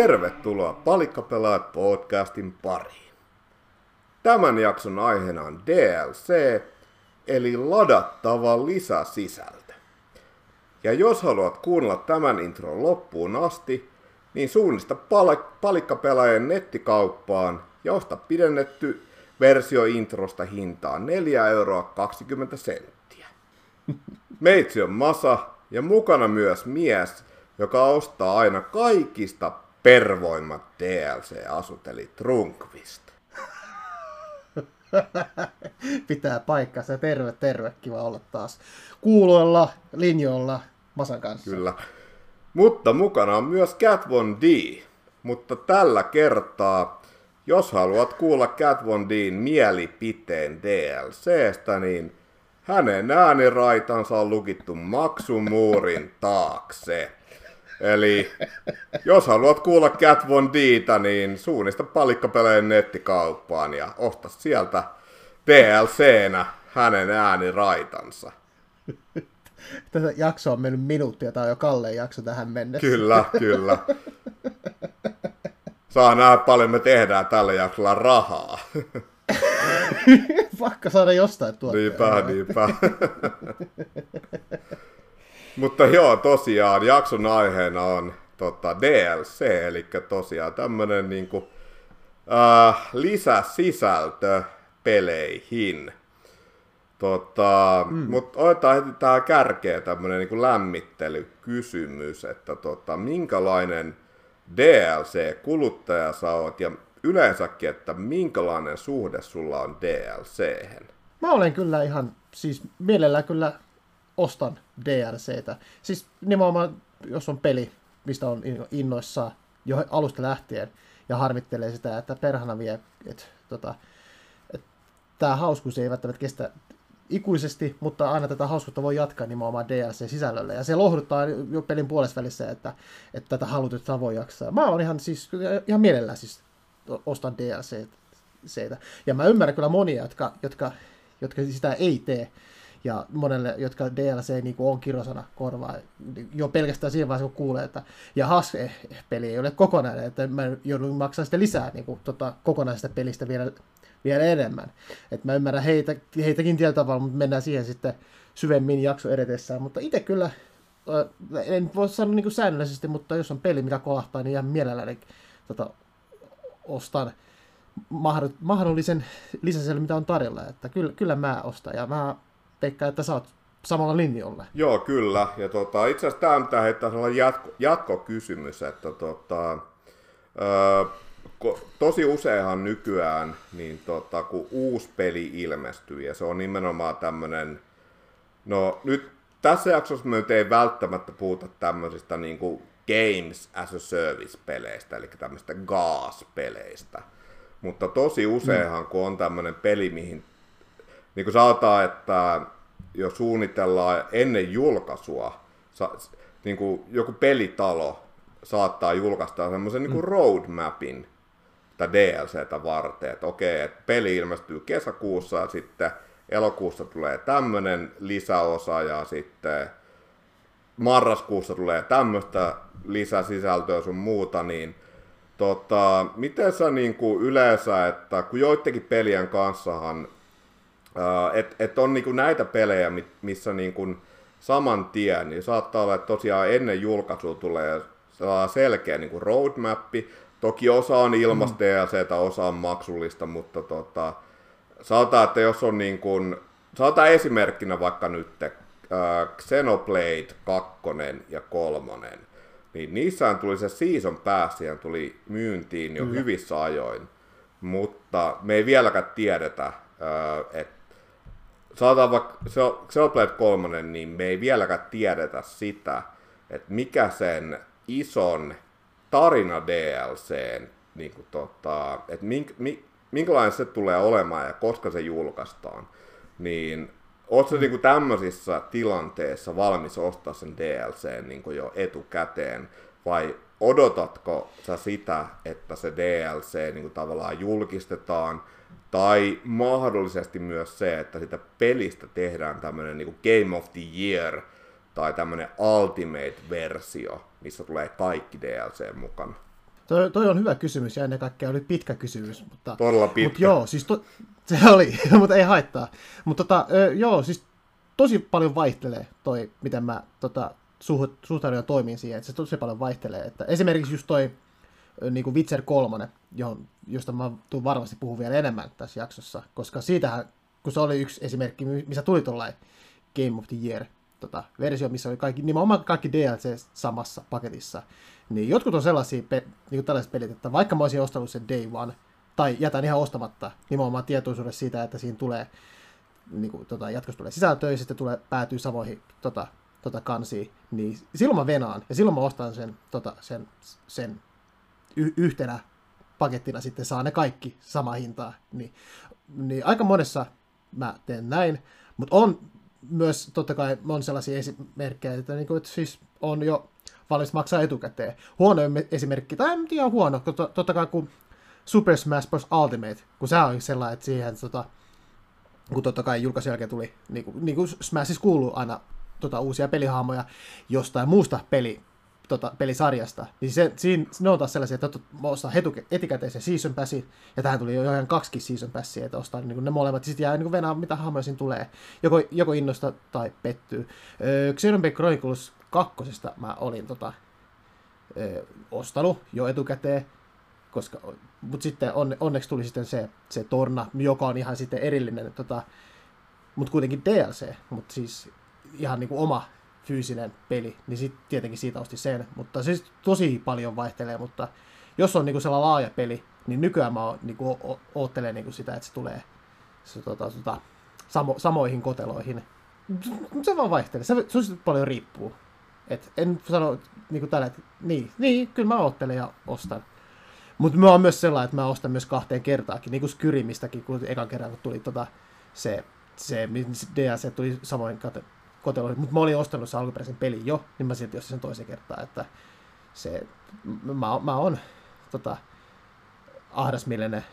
Tervetuloa Palikkapelaajat podcastin pariin. Tämän jakson aiheena on DLC, eli ladattava lisäsisältö. Ja jos haluat kuunnella tämän intron loppuun asti, niin suunnista Palikkapelaajien nettikauppaan ja osta pidennetty versio introsta hintaan 4,20 €. Meitsi on Masa ja mukana myös mies, joka ostaa aina kaikista pervoimmat DLC-asut, eli Trunkvist. Pitää paikkansa. Terve. Kiva olla taas kuuloilla linjoilla Masan kanssa. Kyllä. Mutta mukana on myös Cat Von D. Mutta tällä kertaa, jos haluat kuulla Cat Von D:n mielipiteen DLCstä, niin hänen ääniraitansa on lukittu maksumuurin taakse. Eli jos haluat kuulla Cat Von D:tä, niin suunnista Palikkapelaajien nettikauppaan ja osta sieltä DLCnä hänen ääniraitansa. Tätä jaksoa on mennyt minuuttia, tämä on jo Kalleen jakso tähän mennessä. Kyllä. Saa nähdä paljon me tehdään tällä jaksolla rahaa. Vaikka saada jostain tuotteja. Niinpä. Mutta joo, tosiaan jakson aiheena on DLC, eli tosiaan tämmönen niinku, lisäsisältö peleihin. Mutta otetaan heti tähän kärkeen tämmönen niinku lämmittelykysymys, että minkälainen DLC-kuluttaja sä oot ja yleensäkin, että minkälainen suhde sulla on DLC:hen? Mä olen kyllä ihan, siis mielellään kyllä ostan DLCtä. Siis nimenomaan, jos on peli, mistä on innoissaan jo alusta lähtien ja harmittelee sitä, että perhana vie, että tämä hauskuus ei välttämättä kestä ikuisesti, mutta aina tätä hauskuutta voi jatkaa nimenomaan DLC-sisällöllä. Ja se lohduttaa jo pelin puolesvälissä, että tätä halutetaan voi jaksaa. Mä oon ihan mielellään siis ostan DLCtä. Ja mä ymmärrän kyllä monia, jotka sitä ei tee. Ja monelle, jotka DLC niin on kirosana korvaa, jo pelkästään siinä vaiheessa, kun kuulee, että peli ei ole kokonainen, että mä joudun maksamaan sitten lisää niin kokonaisesta pelistä vielä enemmän. Et mä ymmärrän heitäkin tietyllä tavalla, mutta mennään siihen sitten syvemmin jakso edetessään. Mutta itse kyllä, en voi sanoa niin säännöllisesti, mutta jos on peli, mikä kolahtaa, niin ihan mielelläni ostan mahdollisen lisäsellä, mitä on tarjolla. Että kyllä mä ostan ja mä Pekka, että sä oot samalla linjoilla. Joo, kyllä. Ja itse asiassa tämä pitää heittää sellainen jatkokysymys, että tosi useinhan nykyään, niin kun uusi peli ilmestyy, ja se on nimenomaan tämmöinen, no nyt tässä jaksossa me ei välttämättä puhuta tämmöisistä niin kuin Games as a Service-peleistä, eli tämmöistä GaaS-peleistä, mutta tosi useinhan, kun on tämmöinen peli, mihin niin kuin sanotaan, että jos suunnitellaan ennen julkaisua, niin kuin joku pelitalo saattaa julkaista semmoisen niin kuin roadmapin tai DLCtä varten, että okei, että peli ilmestyy kesäkuussa ja sitten elokuussa tulee tämmöinen lisäosa ja sitten marraskuussa tulee tämmöistä lisäsisältöä sun muuta, niin miten sä niin kuin yleensä, että kun joidenkin pelien kanssahan että on niinku näitä pelejä, missä niinku saman tien, niin saattaa olla, että tosiaan ennen julkaisua tulee selkeä niinku roadmappi. Toki osa on ilmasta DLCtä, osa on maksullista, mutta sanotaan, että jos on niinku, sanotaan esimerkkinä vaikka nyt Xenoblade 2 ja 3, niin niissähän tuli se Season Pass, siihen tuli myyntiin jo hyvissä ajoin, mutta me ei vieläkään tiedetä, että sanotaan vaikka Xenoblade 3, niin me ei vieläkään tiedetä sitä, että mikä sen ison tarina DLCn, niin kuin että minkälainen se tulee olemaan ja koska se julkaistaan, niin ootko niin kuin tämmöisissä tilanteissa valmis ostaa sen DLCn niin kuin jo etukäteen, vai odotatko sä sitä, että se DLC niin kuin tavallaan julkistetaan, tai mahdollisesti myös se, että sitä pelistä tehdään tämmöinen niin kuin Game of the Year tai tämmöinen Ultimate-versio, missä tulee kaikki DLC mukana. Toi on hyvä kysymys ja ennen kaikkea oli pitkä kysymys. Todella pitkä. Mutta joo, siis se oli, mutta ei haittaa. Mutta joo, siis tosi paljon vaihtelee toi, miten mä suhtaudun ja toimin siihen, että se tosi paljon vaihtelee. Että esimerkiksi just toi niin kuin Witcher 3, josta mä tuun varmasti puhun vielä enemmän tässä jaksossa, koska siitähän, kun se oli yksi esimerkki, missä tuli tuollainen Game of the Year versio, missä oli nimenomaan kaikki DLC samassa paketissa, niin jotkut on sellaisia niin tällaiset pelit, että vaikka mä olisin ostanut sen Day One, tai jätän ihan ostamatta nimenomaan tietoisuudessa siitä, että siinä tulee niin kuin, jatkossa tulee sisältöä, ja sitten päätyy samoihin kansiin, niin silloin mä venaan, ja silloin mä ostan sen yhtenä pakettina sitten saa ne kaikki sama hintaa. Niin aika monessa mä teen näin, mutta on myös totta kai on sellaisia esimerkkejä, että, niin kuin, että siis on jo valmis maksaa etukäteen. Huono esimerkki, tai en tiedä huono, totta kai kun Super Smash Bros. Ultimate, kun se on sellainen, että siihen kun totta kai julkaisun jälkeen tuli, niin kuin Smashissa kuuluu aina uusia pelihahmoja jostain muusta pelisarjasta, niin ne on taas sellaisia, että mä ostan etikäteisen Season Passin, ja tähän tuli jo ihan 2 Season Passia, että ostan niin ne molemmat, ja sitten jää niin venää, mitä hahmoja siinä tulee, joko innosta tai pettyy. Xenoblade Chronicles 2. Mä olin ostanut jo etukäteen, mutta sitten onneksi tuli sitten se Torna, joka on ihan sitten erillinen, mutta kuitenkin DLC, mutta siis ihan niin kuin oma fyysinen peli, niin sitten tietenkin siitä osti sen, mutta se tosi paljon vaihtelee, mutta jos on niinku sellainen laaja peli, niin nykyään mä niinku oottelen niinku sitä, että se tulee samoihin koteloihin. Se vaan vaihtelee, se paljon riippuu. Et en sano niinku tällä, että niin, kyllä mä oottelen ja ostan. Mutta mä oon myös sellainen, että mä ostan myös 2 kertaakin, niin kuin Skyrimistäkin, kun ekan kerran kun tuli se DLC tuli samoin koteloihin, mutta mä olin ostanut sen alkuperäisen pelin jo, niin mä silti ostin sen toisen kertaa, että mä oon ahdasmielinen,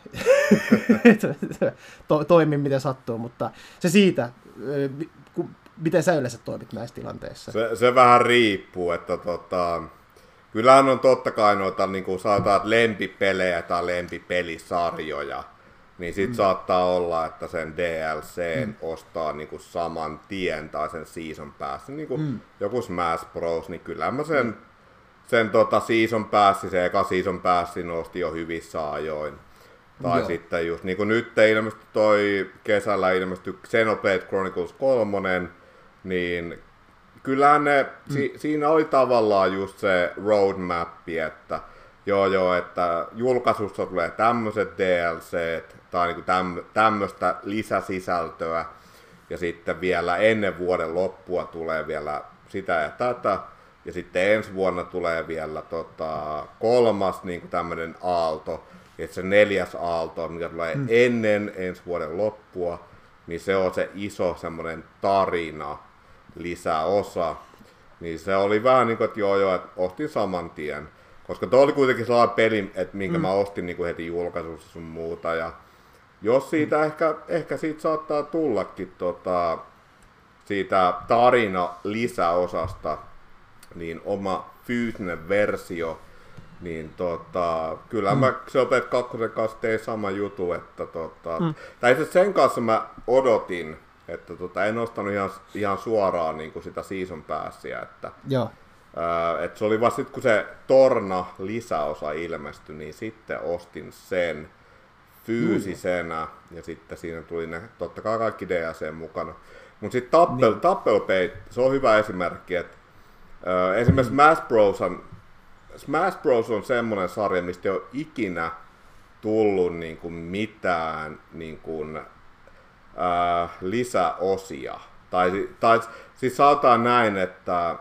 toimin miten sattuu, mutta se siitä, miten sä yleensä toimit näissä tilanteissa? Se vähän riippuu, että kyllähän on totta kai noita, niin kuin sanotaan, lempipelejä tai lempipelisarjoja, niin sit saattaa olla, että sen DLCn ostaa niinku saman tien tai sen Season Passin, niinku joku Smash Bros, niin kyllä mä sen Season Passin, se eka Season Passin ostin jo hyvissä ajoin. Tai sitten just niinku nyt ilmestyi kesällä ilmestyi Xenoblade Chronicles 3, niin kyllähän siinä oli tavallaan just se roadmap, että että julkaisussa tulee tämmöiset DLCt tai niinku tämmöistä lisäsisältöä ja sitten vielä ennen vuoden loppua tulee vielä sitä ja tätä ja sitten ensi vuonna tulee vielä 3. niinku tämmöinen aalto, että se 4. aalto, mikä tulee ennen ensi vuoden loppua, niin se on se iso semmoinen tarina lisäosa, niin se oli vähän niinku, että että ostin saman tien. Koska tuo oli kuitenkin sellainen peli, että minkä mä ostin niin kuin heti julkaisussa sun muuta. Ja jos siitä ehkä siitä saattaa tullakin siitä tarina lisäosasta, niin oma fyysinen versio, niin kyllä mä Xenoblade 2 kanssa tein sama jutu, että tai sen kanssa mä odotin, että en ostanut ihan suoraan niin kuin sitä Season Passia, että et se oli vasta sitten, kun se Torna lisäosa ilmestyi, niin sitten ostin sen fyysisenä, ja sitten siinä tuli ne, totta kai kaikki DLC mukana. Mutta sitten Tappelpay, se on hyvä esimerkki, että esimerkiksi Smash Bros on semmoinen sarja, mistä ei ole ikinä tullut niinku mitään niinku, lisäosia. Tai siis sanotaan näin, että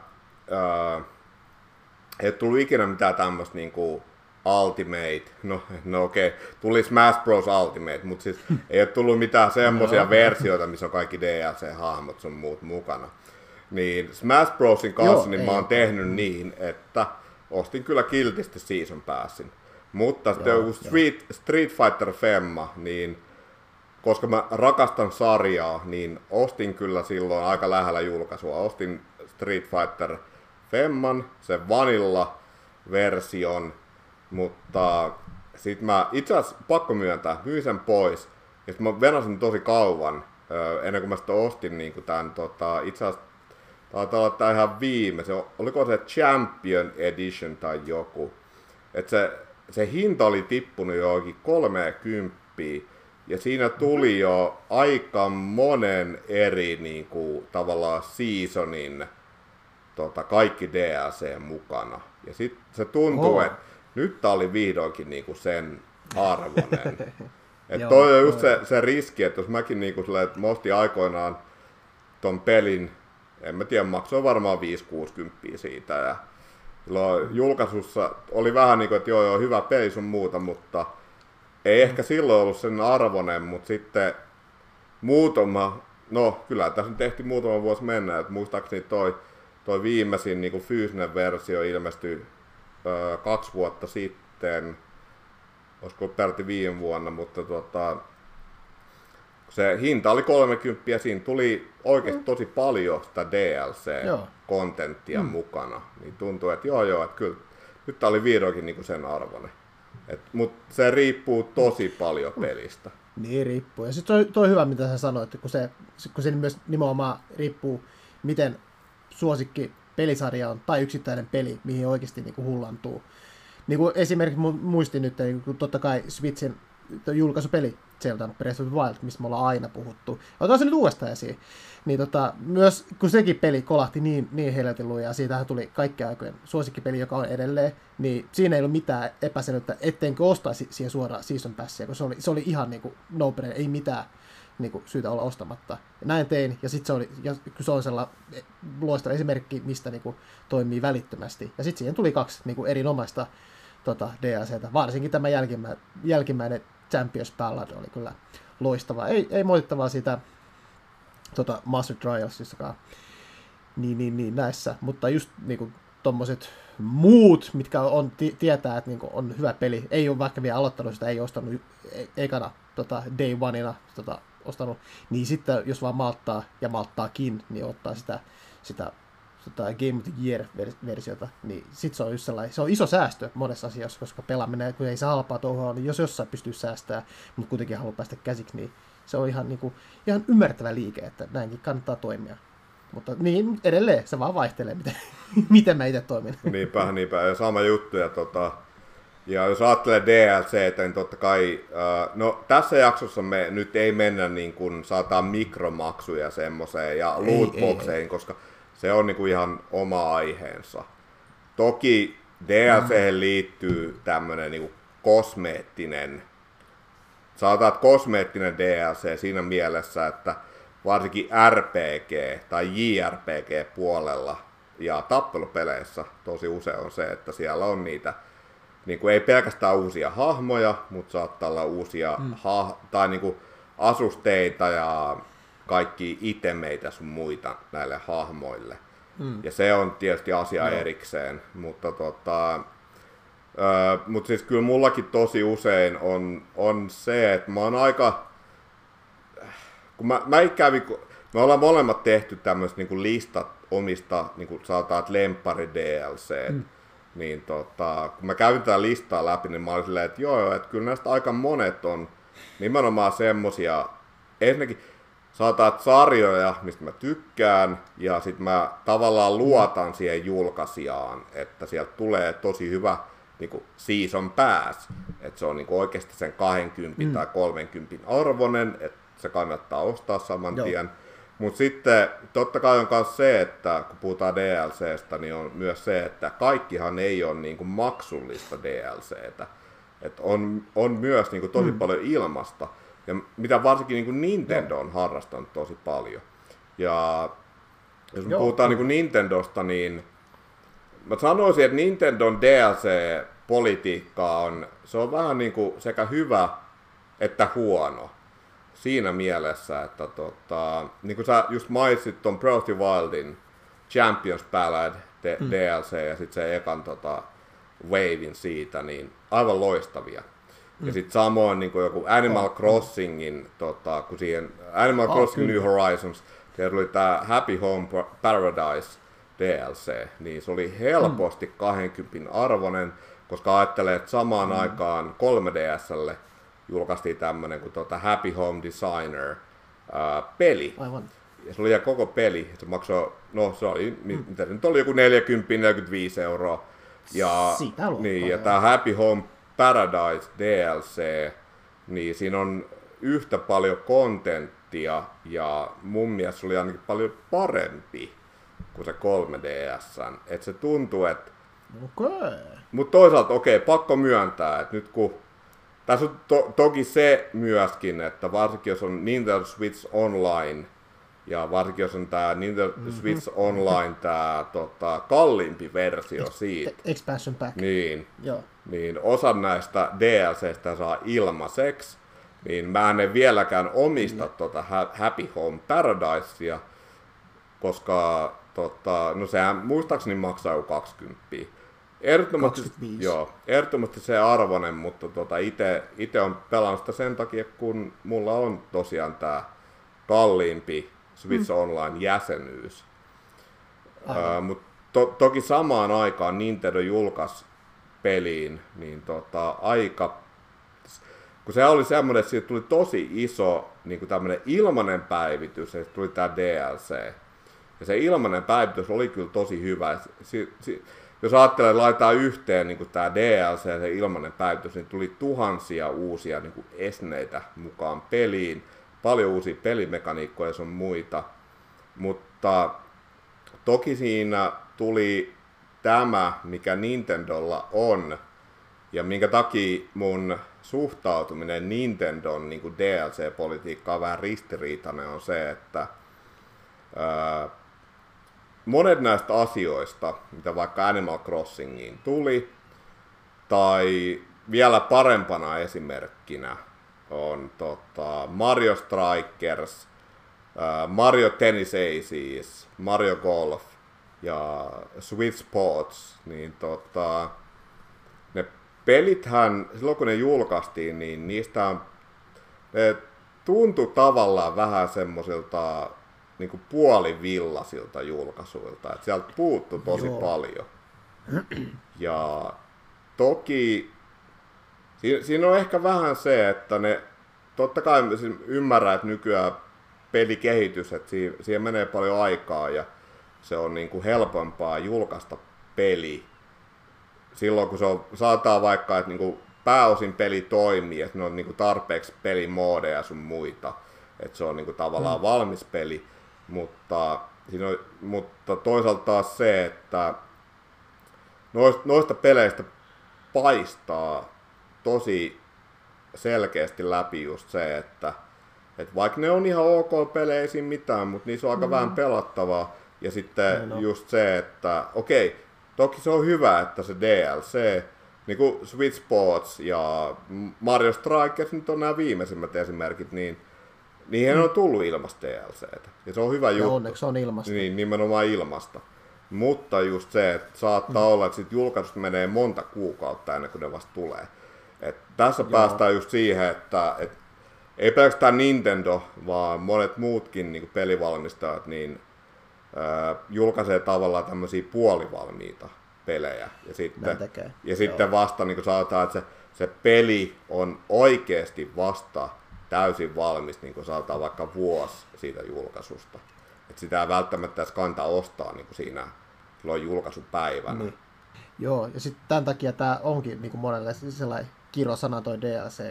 ei tullut ikinä mitään tämmöistä niinku Ultimate, no okei, tuli Smash Bros. Ultimate, mutta siis ei ole tullut mitään semmoisia versioita, missä on kaikki DLC-hahmot sun muut mukana. Niin Smash Brosin kanssa niin mä oon tehnyt niin, että ostin kyllä kiltisti Season Passin. Mutta sitten joku Street Fighter Femma, niin koska mä rakastan sarjaa, niin ostin kyllä silloin aika lähellä julkaisua. Ostin Street Fighter Femman, sen Vanilla-version, mutta sit mä itse asiassa pakko myöntää, myin sen pois, ja sit mä venasin tosi kauan, ennen kuin mä sitä ostin niin tämän, itse asiassa taitaa olla tää ihan viime, oliko se Champion Edition tai joku, että se hinta oli tippunut johonkin 30, ja siinä tuli jo aika monen eri niin kuin, tavallaan seasonin kaikki DLC mukana. Ja sitten se tuntuu, että nyt tää oli vihdoinkin niin kuin sen arvoinen. Että toi on just se riski, että jos mäkin niin kuin, että mä ostin aikoinaan ton pelin, en mä tiedä, maksoi varmaan 5-60 siitä. Ja julkaisussa oli vähän niin kuin, että joo, hyvä peli sun muuta, mutta ei ehkä silloin ollut sen arvoinen, mutta sitten kyllä tässä tehtiin muutama vuosi mennä, että muistaakseni toi viimeisin niin kuin fyysinen versio ilmestyi 2 vuotta sitten, olisiko peräti viime vuonna, mutta se hinta oli 30 ja siinä tuli oikeasti tosi paljon sitä DLC-kontenttia mukana, niin tuntuu, että että kyllä nyt tää oli vihdoinkin niin kuin sen arvoinen. Mutta se riippuu tosi paljon pelistä. Niin riippuu. Ja sitten toi on hyvä, mitä sä sanoit, kun se myös nimenomaan riippuu, miten suosikki pelisarja on tai yksittäinen peli, mihin oikeasti niin kuin hullantuu. Niin kuin esimerkiksi muistin nyt, kun totta kai Switchin julkaisupeli Zelda Breath of the Wild, mistä me ollaan aina puhuttu. Otetaan se nyt uudestaan esiin. Niin myös kun sekin peli kolahti niin helvetin lujaa, siitähän tuli kaikkien aikojen suosikkipeli, joka on edelleen, niin siinä ei ollut mitään epäselvyyttä, etteinkö ostaisi siihen suoraan Season Passia, kun se oli ihan niin kuin no-brainer, ei mitään niin kuin syytä olla ostamatta. Ja näin tein, ja sitten se on sellainen loistava esimerkki, mistä niin kuin toimii välittömästi. Ja sitten siihen tuli 2 niin kuin erinomaista DLCtä, varsinkin tämä jälkimmäinen Champions Ballad oli kyllä loistava. Ei moitittavaa siitä Master Trialsissakaan niin näissä, mutta just niinku tommoset muut, mitkä tietää, että niinku on hyvä peli, ei ole vaikka vielä aloittanut sitä, ei ostanut ekana day oneina ostanut, niin sitten jos vaan malttaakin, niin ottaa sitä Game of the Year-versiota, niin sit se on just sellainen, se on iso säästö monessa asiassa, koska pelaaminen, kun ei se halpaa touhua, niin jos jossain pystyy säästämään, mutta kuitenkin haluaa päästä käsiksi, niin se on ihan ymmärrettävä liike, että näinkin kannattaa toimia. Mutta niin, edelleen, se vaan vaihtelee, miten mä itse toimin. Niinpä, ja sama juttu, ja jos ajattelee DLCtä, niin totta kai, no tässä jaksossa me nyt ei mennä niin kuin saataan mikromaksuja semmoiseen ja lootboxeihin, koska se on niinku ihan oma aiheensa. Toki DLC:hen liittyy tämmönen niinku kosmeettinen DLC siinä mielessä, että varsinkin RPG tai JRPG-puolella ja tappelupeleissä tosi usein on se, että siellä on niitä niinku ei pelkästään uusia hahmoja, mutta saattaa olla uusia tai niinku asusteita ja kaikki itemeitä sun muita näille hahmoille. Ja se on tietysti asia erikseen, mutta siis kyllä mullakin tosi usein on se, että mä oon aika, kun me ollaan molemmat tehty tämmöiset niinku listat omista, niinku sanotaan, että lemppari DLC, niin kun mä kävin tätä listaa läpi, niin mä olin silleen, että joo, että kyllä näistä aika monet on nimenomaan semmosia, ensinnäkin sanotaan sarjoja, mistä mä tykkään, ja sitten mä tavallaan luotan siihen julkaisijaan, että sieltä tulee tosi hyvä niinku season pass, että se on niinku oikeasti sen 20 tai 30 arvoinen, että se kannattaa ostaa saman tien. Mutta sitten totta kai on myös se, että kun puhutaan DLCstä, niin on myös se, että kaikkihan ei ole niinku maksullista DLCtä, että on myös niinku tosi paljon ilmasta. Ja mitä varsinkin niin kuin Nintendo on harrastanut tosi paljon. Ja jos me puhutaan niin kuin Nintendosta, niin mä sanoisin, että Nintendon DLC-politiikka se on vähän niin kuin sekä hyvä että huono. Siinä mielessä, että niin kuin sä just mainitsit ton Breath of the Wildin Champions Ballad DLC ja sitten se ekan wavein siitä, niin aivan loistavia. Ja sitten samoin niin joku Animal Crossingin, kun siihen Animal Crossing New Horizons, siellä oli tämä Happy Home Paradise DLC, niin se oli helposti 20 arvoinen, koska ajattelee, että samaan aikaan 3DS:lle julkaistiin tämmönen kuin Happy Home Designer peli. Aivan. Ja se oli koko peli, se maksoi, no se oli, mitä se nyt oli, joku 40-45 euroa. Ja, niin, ja tämä Happy Home Paradise DLC, niin siinä on yhtä paljon kontenttia, ja mun mielestä se oli ainakin paljon parempi kuin se 3DS. Että se tuntuu, että... Okay. Mutta toisaalta, pakko myöntää, että nyt kun... Tässä on toki se myöskin, että varsinkin jos on Nintendo Switch Online, ja varsinkin jos on tämä Nintendo Switch Online, tämä kalliimpi versio siitä. Expansion Pack. Niin, joo. Niin osa näistä DLCstä saa ilmaiseksi. Niin mä en vieläkään omista Happy Home Paradisea, koska no sehän muistaakseni maksaa jo 20. Ehdottomasti se arvoinen, mutta itse on pelannut sitä sen takia, kun mulla on tosiaan tää kalliimpi Switch Online-jäsenyys. Mutta toki samaan aikaan Nintendo julkaisi peliin, niin aika... Kun se oli semmoinen, että siitä tuli tosi iso niin kuin tämmöinen ilmainen päivitys, ja tuli tää DLC. Ja se ilmainen päivitys oli kyllä tosi hyvä. Jos ajattelee, että laitetaan yhteen niin kuin tämä DLC ja se ilmainen päivitys, niin tuli tuhansia uusia niin kuin esneitä mukaan peliin. Paljon uusia pelimekaniikkoja ja sun muita. Mutta toki siinä tuli tämä, mikä Nintendolla on, ja minkä takia mun suhtautuminen Nintendon niin kuin DLC-politiikkaan vähän ristiriitainen on se, että monet näistä asioista, mitä vaikka Animal Crossingiin tuli, tai vielä parempana esimerkkinä on Mario Strikers, Mario Tennis Aces, Mario Golf ja Switch Sports, niin ne pelithän, silloin kun ne julkaistiin, niin ne tuntui tavallaan vähän semmoisilta niin kuin puolivillaisilta julkaisuilta, että sieltä puuttui tosi paljon. Ja toki siinä on ehkä vähän se, että ne, totta kai ymmärrän, että nykyään pelikehitys, että siihen menee paljon aikaa ja se on niin kuin helpompaa julkaista peli silloin, kun saattaa vaikka, että niin kuin pääosin peli toimii, että ne on niin kuin tarpeeksi pelimoodeja ja sun muita, että se on niin kuin tavallaan valmis peli, mutta toisaalta taas se, että noista peleistä paistaa tosi selkeästi läpi just se, että vaikka ne on ihan ok pelejä, ei siinä mitään, mutta niissä on aika vähän pelattavaa. Ja sitten just se, että toki se on hyvä, että se DLC, niin kuin Switch Sports ja Mario Strikers, nyt on nämä viimeisimmät esimerkit, niin niihin on tullut ilmasta DLCtä. Ja se on hyvä juttu. Onneksi on ilmasta. Niin, nimenomaan ilmasta. Mutta just se, että saattaa olla, että sit julkaisusta menee monta kuukautta ennen kuin ne vasta tulee. Tässä päästään just siihen, että ei pelkästään Nintendo, vaan monet muutkin niin kuin pelivalmistajat niin, julkaisee tavallaan tämmöisiä puolivalmiita pelejä. Ja sitten vasta niin sanotaan, että se peli on oikeasti vasta täysin valmis, niin kuin sanotaan vaikka vuosi siitä julkaisusta. Että sitä ei välttämättä edes kantaa ostaa niin kuin siinä silloin julkaisupäivänä. Niin. Joo, ja sitten tämän takia tämä onkin niin kuin monelle sellainen kirosana toi DLC,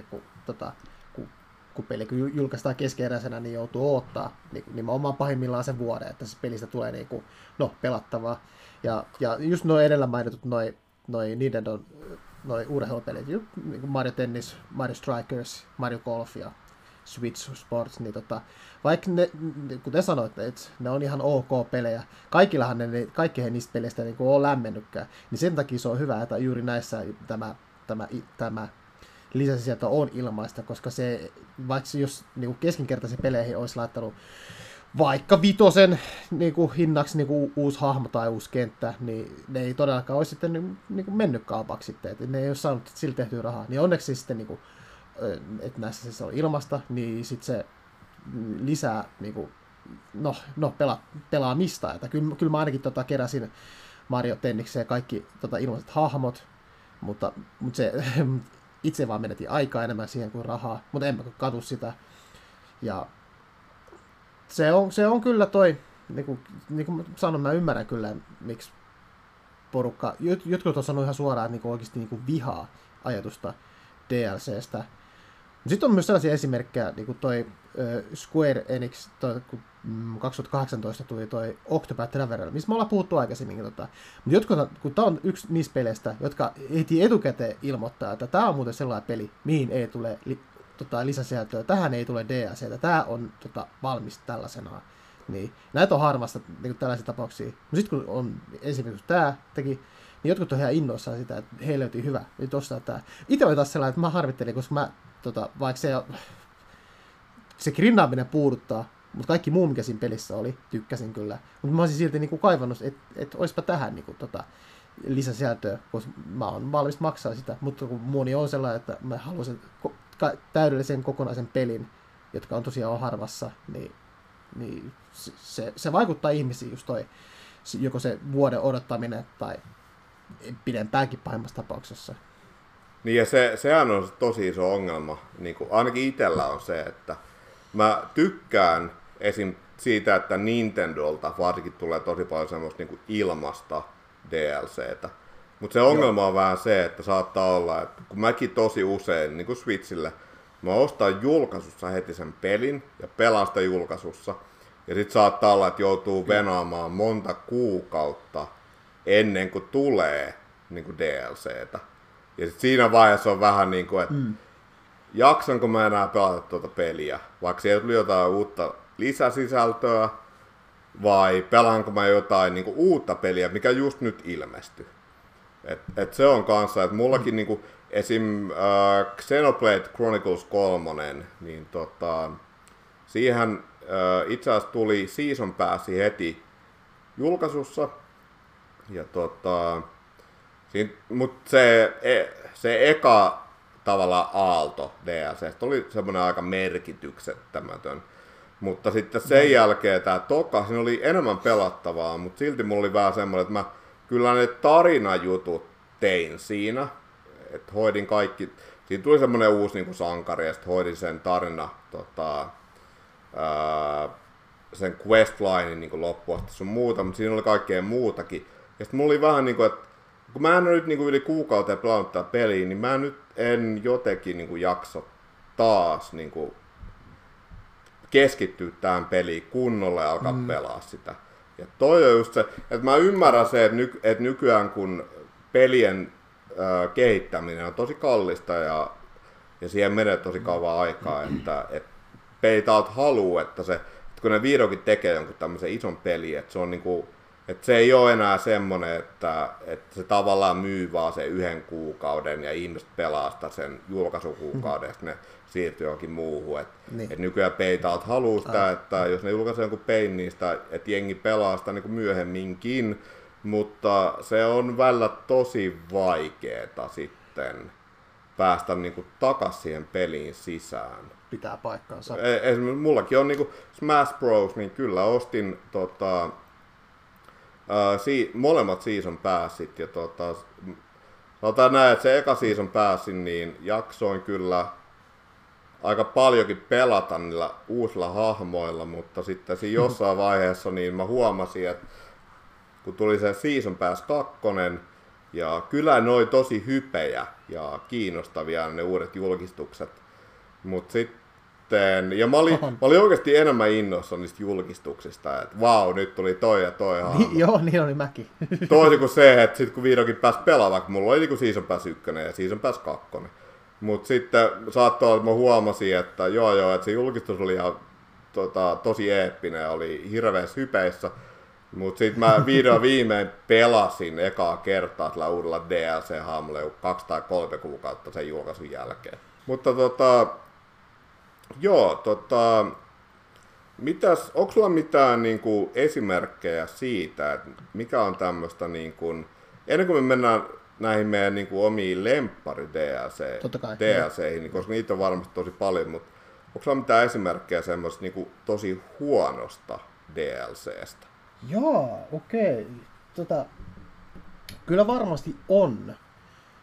kun peli julkaistaan keskeeräisenä, niin joutuu odottaa niin nimenomaan pahimmillaan sen vuoden, että se pelistä tulee niin kuin, pelattavaa. Ja just nuo edellä mainitut noi Nintendo urheilupelit, niin kuin Mario Tennis, Mario Strikers, Mario Golf ja Switch Sports, niin vaikka ne, kuten sanoitte, että ne on ihan ok pelejä, kaikkihan niistä peleistä niin on lämmennytkään, niin sen takia se on hyvä, että juuri näissä tämä lisäsisältö on ilmaista, koska se, vaikka jos niin keskinkertaisiin peleihin olisi laittanut vaikka 5 niin hinnaksi niin uusi hahmo tai uusi kenttä, niin ne ei todellakaan olisi sitten niin mennyt kaupaksi sitten, että ne ei ole saanut sillä tehtyä rahaa. Niin onneksi sitten, niin kuin, että näissä siis on ilmasta, niin sitten se lisää niin kuin, pelaamista. Että kyllä mä ainakin keräsin Mario Tennikseen kaikki ilmaiset hahmot, mutta se, itse vaan menetin aikaa enemmän siihen kuin rahaa, mutta en mä katu sitä. Ja se on kyllä toi, niin kuin sanon, mä ymmärrän kyllä, miksi porukka, jotkut on sanonut ihan suoraan, että niin oikeasti niin vihaa ajatusta DLCstä. Sitten on myös sellaisia esimerkkejä, niin kuin toi Square Enix, kun 2018 tuli toi Octopath Traveler, mistä me ollaan puhuttu aikaisemminkin. Mutta kun tämä on yksi niistä peleistä, jotka heti etukäteen ilmoittaa, että tämä on muuten sellainen peli, mihin ei tule lisäsisältöä, tähän ei tule DLCtä, tämä on valmis tällaisenaan. Niin, näitä on harvasta niin tällaisia tapauksia. Mutta sitten kun on esimerkiksi tämä teki, niin jotkut on ihan innoissaan sitä, että heille löytyy hyvä. Nyt ostaa tämä. Itse oli taas sellainen, että mä harvittelin, koska mä, vaikka se grindaaminen puuduttaa, mutta kaikki muu, mikä siinä pelissä oli, tykkäsin kyllä. Mutta mä olisin silti niin kaivannut, että olisipa tähän niin lisäsisältöä, koska mä oon valmis maksaa sitä. Mutta kun moni on sellainen, että mä haluaisin täydellisen kokonaisen pelin, jotka on tosiaan harvassa, niin se vaikuttaa ihmisiin just toi, joko se vuoden odottaminen tai pidempäänkin pahimmassa tapauksessa. Niin ja sehän on tosi iso ongelma, niin kuin ainakin itsellä on se, että mä tykkään esim. Siitä, että Nintendolta varsinkin tulee tosi paljon semmoista niin kuin ilmasta DLCtä. Mutta se ongelma on vähän se, että saattaa olla, että kun mäkin tosi usein, niin kuin Switchille, mä ostan julkaisussa heti sen pelin ja pelaan sitä julkaisussa. Ja sit saattaa olla, että joutuu venaamaan monta kuukautta ennen kuin tulee niin kuin DLCtä. Ja sit siinä vaiheessa on vähän niin kuin, että jaksanko mä enää pelata tuota peliä, vaikka siellä tuli jotain uutta lisäsisältöä, vai pelaanko mä jotain niin kuin uutta peliä, mikä just nyt ilmestyi. Et se on kanssa, että mullakin niin kuin, esim. Xenoblade Chronicles 3, niin siihen itse asiassa tuli Season Pass heti julkaisussa, ja mutta se eka tavallaan aalto DLC oli semmoinen aika merkityksettömätön. Mutta sitten sen jälkeen tämä toka, siinä oli enemmän pelattavaa, mutta silti mulla oli vähän semmoinen, että mä kyllä ne tarinajutut tein siinä. Että hoidin kaikki, siinä tuli semmoinen uusi niin kuin sankari ja sitten hoidin sen tarina, sen questlinein niin loppuun asti sun muuta, mutta siinä oli kaikkea muutakin. Ja sitten mulla oli vähän niin kuin, että kun mä en ole nyt niin kuin yli kuukauteen pelannut tätä peliä, niin mä nyt en jotenkin niin kuin jaksa taas niin kuin keskittyä tähän peliin kunnolla ja alkaa pelaa sitä. Ja toi on just se, että mä ymmärrän se, että nykyään kun pelien kehittäminen on tosi kallista ja siihen menee tosi kauan aikaa, että Paytaut haluaa, että kun ne vihdoinkin tekee jonkun tämmöisen ison pelin, että se on niinku, että se ei ole enää semmoinen, että se tavallaan myy vaan sen 1 kuukauden ja ihmiset pelaa sitä sen julkaisukuukauden, ne siirtyy johonkin muuhun. Niin. Et nykyään Paytaut haluaa sitä, että jos ne julkaisee jonkun pelin, niin sitä, että jengi pelaa sitä niinku myöhemminkin, mutta se on välillä tosi vaikeeta sitten päästä niinku takas siihen peliin sisään. Pitää paikkaansa. Esimerkiksi mullakin on niinku Smash Bros, niin kyllä ostin molemmat Season Passit ja sanotaan näin, että se eka Season Passin niin jaksoin kyllä aika paljonkin pelata niillä uusilla hahmoilla, mutta sitten siinä jossain vaiheessa niin mä huomasin, että kun tuli se Season Pass 2, ja kyllä ne oli tosi hypejä ja kiinnostavia ne uudet julkistukset, mutta sitten, ja mä olin oikeasti enemmän innossa niistä julkistuksista, että vau, nyt tuli toi ja toi hahmo. Joo, niin oli mäkin. Toisin kuin se, että sit kun vihdoinkin pääsi pelaamaan, vaikka mulla oli niinku Season Pass 1 ja Season Pass 2. Mutta sitten saattoi olla, että mä huomasin, että joo, että se julkistus oli ihan tosi eeppinen ja oli hirveässä hypeissä. Mutta sitten mä viimein pelasin ekaa kertaa sillä uudella DLC-hahmolla 2 tai 3 kuukautta sen julkaisun jälkeen. Mutta onko sulla mitään niinku esimerkkejä siitä, että mikä on tämmöistä, niinku, ennen kuin me mennään näihin meidän niinku omiin lemppari DLCihin, niin koska niitä on varmasti tosi paljon, mutta onko sulla mitään esimerkkejä semmoista niinku tosi huonosta DLCstä? Joo, okei. Kyllä varmasti on.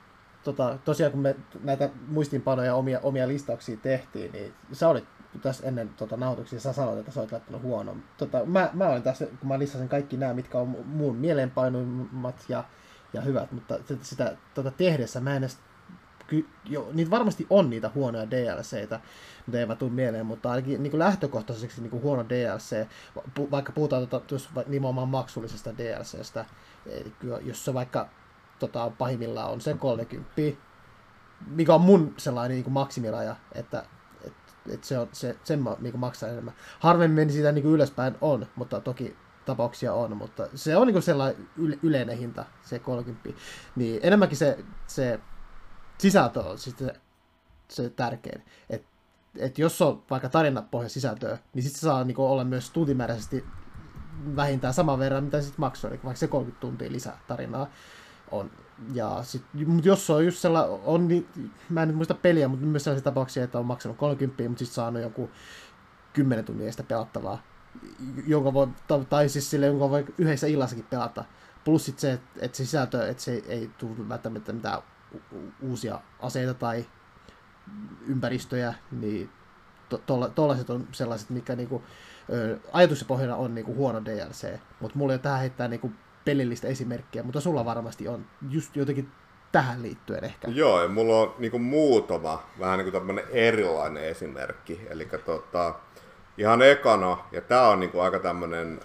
tosiaan kun me näitä muistiinpanoja omia listauksia tehtiin, niin sä olit tässä ennen nauhoituksia, sä sanoit, että sä olet laittanut huono. Mä olin tässä, kun mä listasin kaikki nämä, mitkä on muun mieleenpainuimmat ja hyvät, mutta sitä tehdessä mä en edes, niitä varmasti on niitä huonoja DLCitä, mitä eivät tule mieleen, mutta ainakin niin lähtökohtaisesti niin huono DLC, vaikka puhutaan nimenomaan maksullisesta DLCstä, jos se vaikka pahimmillaan on se 30, mikä on mun sellainen niin maksimiraja, että se on sen niin maksaa enemmän. Harvemmin sitä niin ylöspäin on, mutta toki tapauksia on, mutta se on niin sellainen yleinen hinta, se 30. Niin enemmänkin se sisältö on sitten se tärkein. Et jos on vaikka tarinapohja sisältöä, niin sitten se saa niin olla myös tuntimääräisesti vähintään saman verran, mitä sitten maksoi, eli vaikka se 30 tuntia lisää tarinaa on. Ja mutta jos on just sellainen, mä en nyt muista peliä, mutta myös sellaisia tapauksia, että on maksanut 30, mutta sitten saanut joku 10 tuntia sitä pelattavaa, jonka voi, tai siis sille, jonka voi yhdessä illassakin pelata. Plus sitten se, että se sisältö, että se ei tule välttämättä mitään uusia aseita tai ympäristöjä, niin tollaiset on sellaiset, mikä niinku, ajatuksen pohjana on niinku huono DLC, mutta mulla ei ole tähän heittää niinku pelillistä esimerkkiä, mutta sulla varmasti on just jotenkin tähän liittyen ehkä. Joo, ja mulla on niinku muutama vähän niinku tämmönen erilainen esimerkki, eli ihan ekana, ja tää on niinku aika tämmönen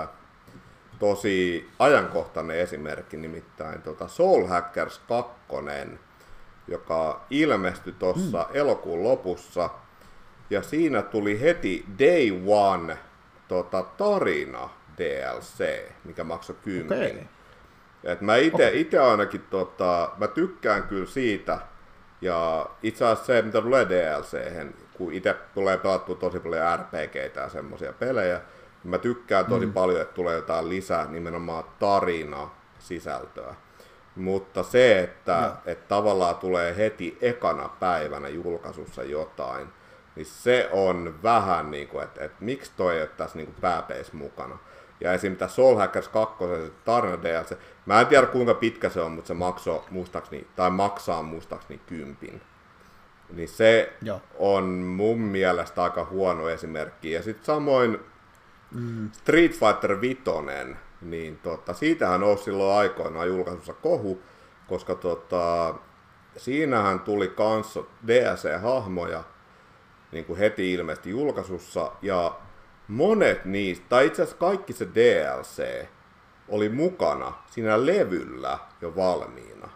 tosi ajankohtainen esimerkki, nimittäin Soul Hackers 2, joka ilmestyi tuossa elokuun lopussa, ja siinä tuli heti Day One tarina DLC, mikä maksoi 10. Okay. Et mä ite ainakin, mä tykkään kyllä siitä, ja itse asiassa se, mitä tulee DLC:hen, kun itse tulee pelattua tosi paljon RPG:tä ja semmosia pelejä, niin mä tykkään tosi paljon, että tulee jotain lisää nimenomaan tarina-sisältöä. Mutta se, että tavallaan tulee heti ekana päivänä julkaisussa jotain, niin se on vähän niin kuin, että miksi toi ei ole tässä niin kuin pääpeis mukana. Ja esim. Tämä Soul Hackers 2, se tarina DLC, mä en tiedä kuinka pitkä se on, mutta se maksaa muistaakseni 10. Niin se on mun mielestä aika huono esimerkki. Ja sitten samoin Street Fighter 5, niin siitähän nousi silloin aikoinaan julkaisussa kohu, koska siinähän tuli kanssa DLC-hahmoja niin kuin heti ilmeisesti julkaisussa, ja monet niistä, tai itse asiassa kaikki se DLC oli mukana siinä levyllä jo valmiina.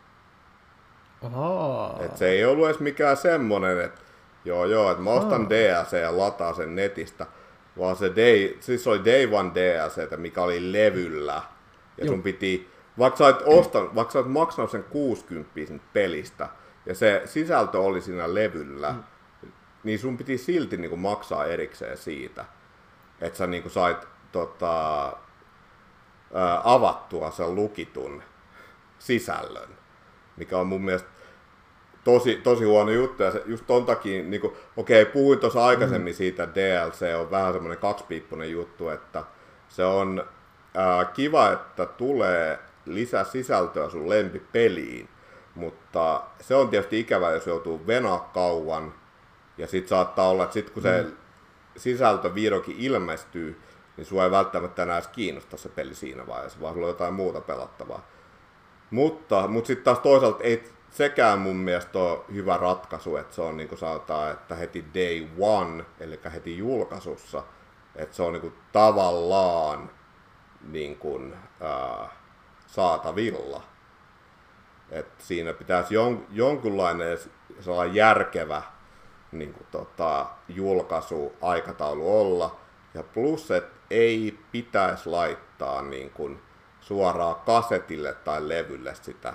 Et se ei ollut edes mikään semmonen, että että mä ostan DLC ja lataan sen netistä, vaan siis oli Day One DLC, mikä oli levyllä, ja sun piti, vaikka sä oot maksanut sen 60 pelistä, ja se sisältö oli siinä levyllä, niin sun piti silti niinku maksaa erikseen siitä, että sä niinku sait avattua sen lukitun sisällön, mikä on mun mielestä tosi huono juttu, ja se, just ton takia, niinku, puhuin tuossa aikaisemmin siitä, että DLC on vähän semmoinen kaksipiippunen juttu, että se on kiva, että tulee lisää sisältöä sun lempipeliin, mutta se on tietysti ikävä, jos joutuu venaa kauan, ja sit saattaa olla, että sit kun se sisältö vihdoinkin ilmestyy, niin sua ei välttämättä enää edes kiinnosta se peli siinä vaiheessa, vaan sulla on jotain muuta pelattavaa. Mutta sitten taas toisaalta ei sekään mun mielestä ole hyvä ratkaisu, että se on niin kuin sanotaan, että heti Day One, eli heti julkaisussa, että se on niin kuin tavallaan niin kuin, saatavilla. Että siinä pitäisi jonkunlainen sellainen järkevä niin kuin, julkaisuaikataulu olla. Ja plus, että ei pitäisi laittaa niin kuin, suoraan kasetille tai levylle sitä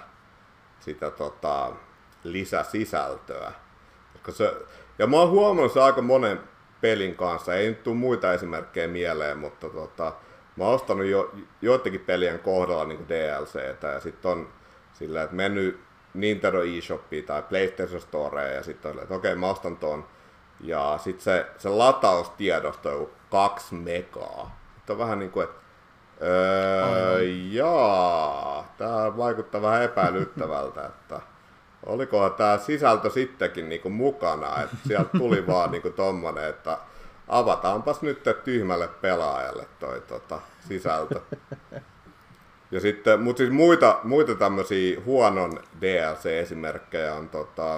lisäsisältöä. Ja mä oon huomannut se aika monen pelin kanssa, ei nyt tule muita esimerkkejä mieleen, mutta mä oon ostanut joidenkin pelien kohdalla niin kuin DLCtä, ja sitten on sillä, että mennyt Nintendo eShopiin tai PlayStation Storeen, ja sitten on, että okei, mä ostan ton, ja sitten se lataustiedosto on 2 megaa. Sitten on vähän niin kuin, että tää vaikuttaa vähän epäilyttävältä, että olikohan tämä sisältö sittenkin niinku mukana, että sieltä tuli vaan niinku tommonen, että avataanpas nyt tyhmälle pelaajalle toi sisältö. Ja sitten, mutta siis muita tämmöisiä huonon DLC-esimerkkejä on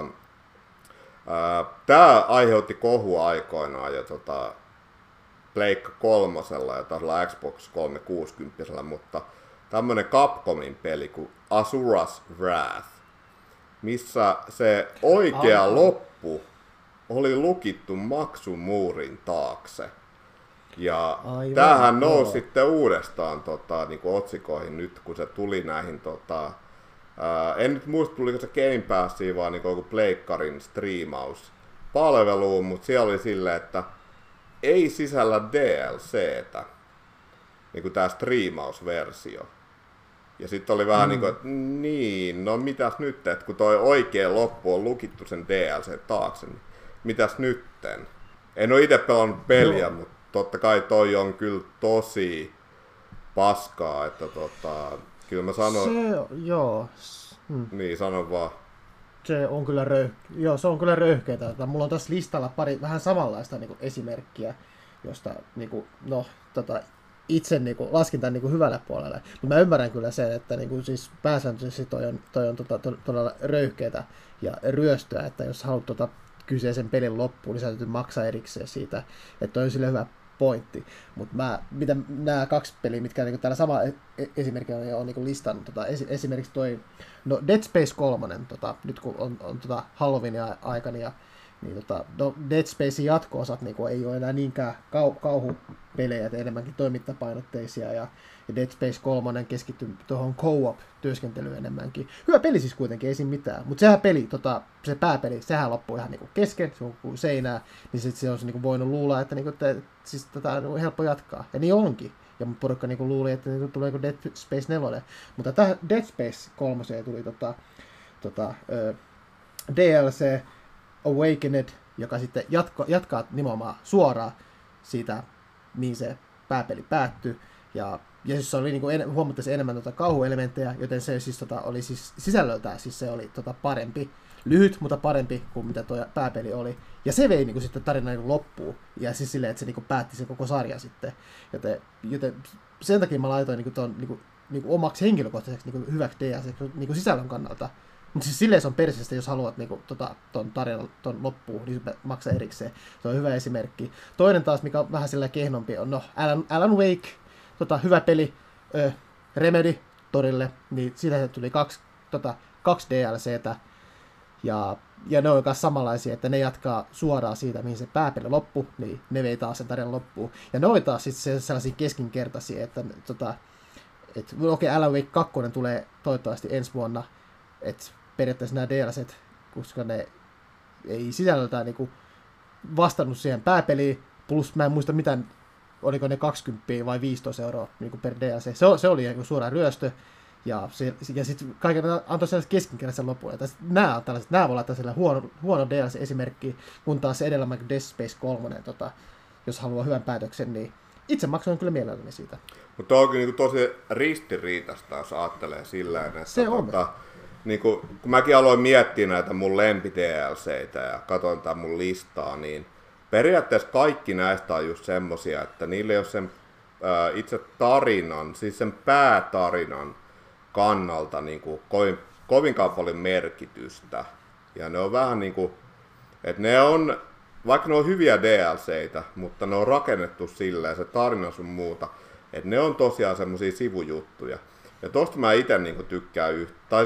tämä aiheutti kohua aikoinaan jo Pleikka 3:lla ja taisi olla Xbox 360, mutta tämmönen Capcomin peli kuin Asura's Wrath, missä se oikea loppu oli lukittu maksumuurin taakse. Ja tämähän nousi sitten uudestaan niinku otsikoihin nyt, kun se tuli näihin, en nyt muista tuliko se Game Passiin, vaan niinku joku pleikkarin striimauspalveluun, mutta siellä oli silleen, että ei sisällä DLCtä, niinku tää striimausversio. Ja sitten oli vähän niinku, että niin, no mitäs nyt, että kun toi oikea loppu on lukittu sen DLC taakse, niin mitäs nytten? En ole itse pelannut peliä, mutta totta kai toi on kyllä tosi paskaa, että kyllä mä sanon... Niin, sanon vaan. Se on kyllä se on kyllä röyhkeetä. Mulla on tässä listalla pari vähän samanlaista niin kuin esimerkkiä, josta niin kuin, itse niin kuin, laskin tämän niin kuin hyvälle puolelle. Mutta mä ymmärrän kyllä sen, että niin kuin, siis pääsääntöisesti toi on todella röyhkeetä ja ryöstöä, että jos haluat kyseisen pelin loppuun, niin sä täytyy maksaa erikseen siitä, että toi on sille hyvä pointti. Mutta mitä nämä kaksi peliä, mitkä niin täällä sama esimerkki on niin listannut, esimerkiksi toi Dead Space 3, nyt kun on Halloweenin aikana, niin Dead Spacein jatko-osat niin ei ole enää niinkään kauhupelejä, että enemmänkin toimintapainotteisia, ja Dead Space 3 keskittyy tuohon co-op-työskentelyyn enemmänkin. Hyvä peli siis kuitenkin, ei siinä mitään, mutta sehän peli, se pääpeli, sehän loppui ihan niin kesken, se on seinää, niin sitten se olisi niin voinut luulla, että, siis tätä on helppo jatkaa, ja niin onkin. Ja porukka niin luuli, että tulee Dead Space 4, mutta tämä Dead Space 3 tuli DLC Awakened, joka sitten jatkaa nimenomaan suoraan siitä, mihin se pääpeli päättyi. Ja siis se oli niin huomattavasti enemmän kauhuelementtejä, joten se siis, oli siis sisällöltään siis se oli parempi. Lyhyt, mutta parempi kuin mitä tuo pääpeli oli. Ja se vei niin sitten tarinan niin loppuun. Ja siis silleen, että se niin päätti sen koko sarja sitten. Joten sen takia mä laitoin niin tuon niin omaksi henkilökohtaiseksi niin hyväksi DLC niin sisällön kannalta. Mutta siis silleen se on perseestä, jos haluat niinku, ton tarinan ton loppuun, niin se maksaa erikseen. Se on hyvä esimerkki. Toinen taas, mikä on vähän sellainen kehnompi, on Alan Wake, hyvä peli, Remedy torille, niin siitä tuli kaksi DLCtä, ja ne on myös samanlaisia, että ne jatkaa suoraan siitä, mihin se pääpeli loppui, niin ne vei taas sen tarinan loppuun. Ja ne oli taas sitten sellaisia keskinkertaisia, että Alan Wake 2 tulee toivottavasti ensi vuonna, että periaatteessa nämä DLCt, koska ne ei sisällöltään niinku vastannut siihen pääpeliin, plus mä en muista mitään, oliko ne 20 vai 15 euroa niinku per DLC. Se oli niinku suoraan ryöstö, ja sitten kaiken antoi sellaisen keskinkertaisen lopun. Nämä voi olla tällaisella huono DLC-esimerkki, kun taas se edellä Dead Space 3, jos haluaa hyvän päätöksen, niin itse maksoin kyllä mielelläni siitä. Mutta on kyllä niinku tosi ristiriitasta, jos ajattelee sillä että se on. Niin kun mäkin aloin miettiä näitä mun lempi-DLCitä ja katsoin tämän mun listaa, niin periaatteessa kaikki näistä on just semmosia, että niillä ei ole sen itse tarinan, siis sen päätarinan kannalta niin kuin kovinkaan paljon merkitystä. Ja ne on vähän niin kuin, että ne on, vaikka ne on hyviä DLCitä, mutta ne on rakennettu silleen, se tarina sun muuta, että ne on tosiaan semmosia sivujuttuja. Ja tosta mä ite niin tykkään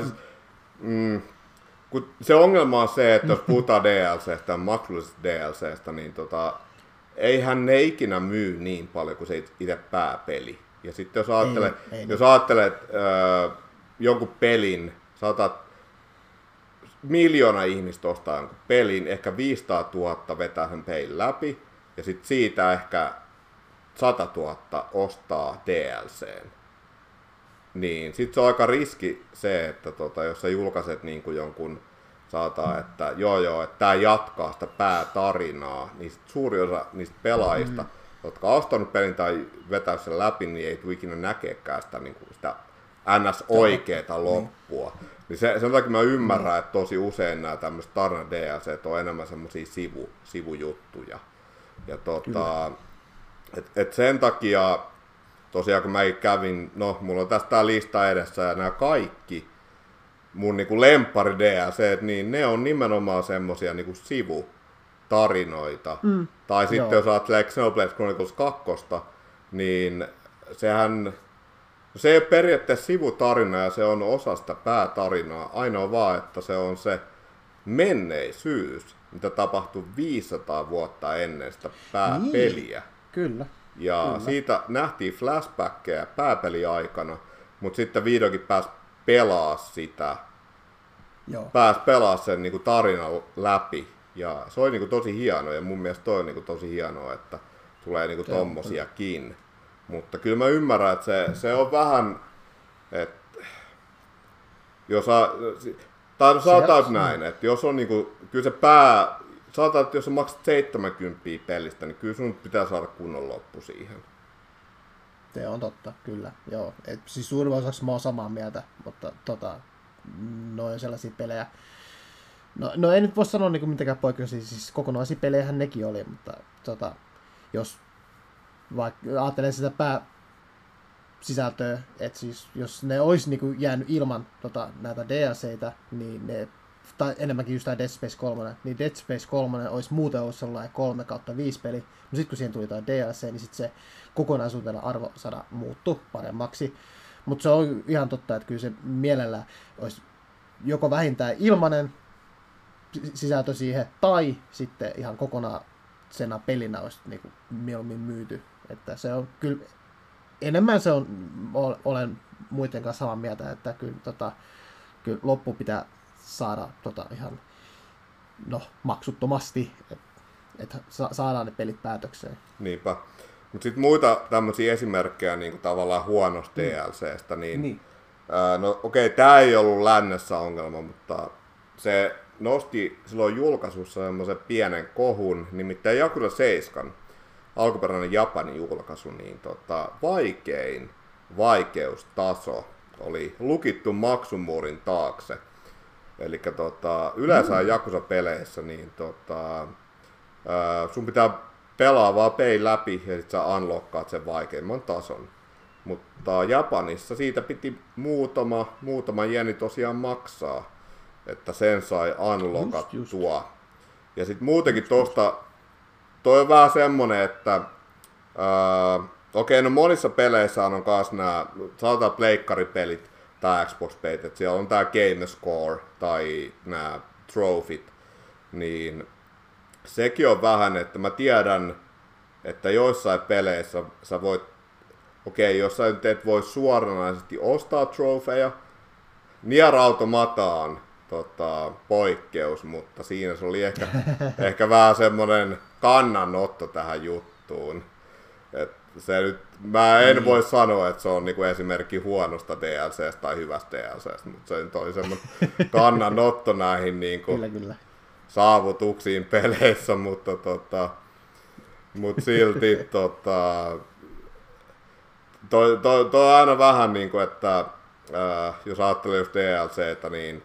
kun se ongelma on se, että jos puhutaan DLCstä, maksullisesta DLCstä, niin eihän ne ikinä myy niin paljon kuin se itse pääpeli. Ja sitten jos ajattelet jonkun pelin, saatat 1 miljoona ihmistä ostaa jonkun pelin, ehkä 500 000 vetää sen pelin läpi, ja sitten siitä ehkä 100 000 ostaa DLCn. Niin, sit se on aika riski se, että jos sä julkaiset niin kuin jonkun että että tää jatkaa sitä päätarinaa, niin suuri osa niistä pelaajista, jotka on ostanut pelin tai vetänyt sen läpi, niin ei tule ikinä näkeekään sitä, niin kuin sitä NS-oikeeta loppua. Niin sen takia mä ymmärrän, että tosi usein nämä tämmöiset tarina DLC on enemmän semmosia sivujuttuja. Ja et sen takia, tosiaan kun mä kävin, no mulla on tästä tää lista edessä ja nämä kaikki mun niinku lemppari DLC, niin ne on nimenomaan semmosia niinku sivutarinoita. Tai sitten jos ajattelee Xenoblade Chronicles 2, niin se ei ole periaatteessa sivutarina ja se on osa sitä päätarinaa. Ainoa vaan, että se on se menneisyys, mitä tapahtui 500 vuotta ennen sitä pääpeliä. Niin, kyllä. Ja kyllä. siitä nähtiin flashbackkejä pääpeliaikana, mutta sitten vihdoinkin pääsi pelaa sitä. Pääsi pelaa sen niin kuin tarinan läpi. Ja se oli niin kuin tosi hienoa ja mun mielestä toi on niin kuin tosi hienoa, että tulee niin kuin tommosiakin. Mutta kyllä mä ymmärrän, että se on vähän, että jos sanotaan näin, että jos on niinku, kyllä se sanotaan, että jos sä maksat 70 pelistä, niin kyllä sun pitää saada kunnon loppu siihen. Se on totta, kyllä, joo. Siis suurin osaksi mä oon samaa mieltä, mutta noin sellaisia pelejä. No ei nyt voi sanoa niinku mitenkään poikkeuksia, siis kokonaisia pelejähän nekin oli, mutta jos vaikka ajattelen sitä pääsisältöä, että siis jos ne olisi niinku jäänyt ilman näitä DLCitä, niin ne, tai enemmänkin just tämä Dead Space 3, niin Dead Space 3 olisi muuten ollut sellainen 3/5 peli, mutta sitten kun siihen tuli tämä DLC, niin sitten se kokonaisuutena arvosana muuttui paremmaksi. Mutta se on ihan totta, että kyllä se mielellään olisi joko vähintään ilmainen sisältö siihen, tai sitten ihan kokonaan sena pelinä olisi niinku mieluummin myyty. Että se on kyllä, enemmän se on, olen muiden kanssa samaa mieltä, että kyllä, kyllä loppu pitää saada ihan maksuttomasti, että saadaan ne pelit päätökseen. Niinpä. Mutta sitten muita tämmöisiä esimerkkejä niin tavallaan huonosta DLCstä, niin. No okei, tämä ei ollut lännessä ongelma, mutta se nosti silloin julkaisussa semmoisen pienen kohun, nimittäin Yakuza 7, alkuperäinen Japanin julkaisu, niin vaikein vaikeustaso oli lukittu maksumuurin taakse. Eli yleensä Yakuza-peleissä niin sun pitää pelaa vaan peli läpi ja sit sä unlockkaat sen vaikeimman tason. Mutta Japanissa siitä piti muutama jeni tosiaan maksaa, että sen sai unlockattua. Ja sit muutenkin tosta, toi on vähän semmonen, että okei, no monissa peleissä on kans nää, sanotaan pleikkaripelit tai Xbox-pelit, että siellä on tää Game Score tai nää trofit, niin sekin on vähän, että mä tiedän, että joissain peleissä sä voit, jos sä nyt et voi suoranaisesti ostaa trofeja, Nier Automataan poikkeus, mutta siinä se oli ehkä vähän semmonen kannanotto tähän juttuun. Et se nyt, mä en voi sanoa, että se on niinku esimerkki huonosta DLCstä tai hyvästä DLCstä, mutta se nyt oli semmoinen kannanotto näihin niinku kyllä. saavutuksiin peleissä, mutta silti toi on aina vähän niinku, että jos ajattelee just DLCtä, niin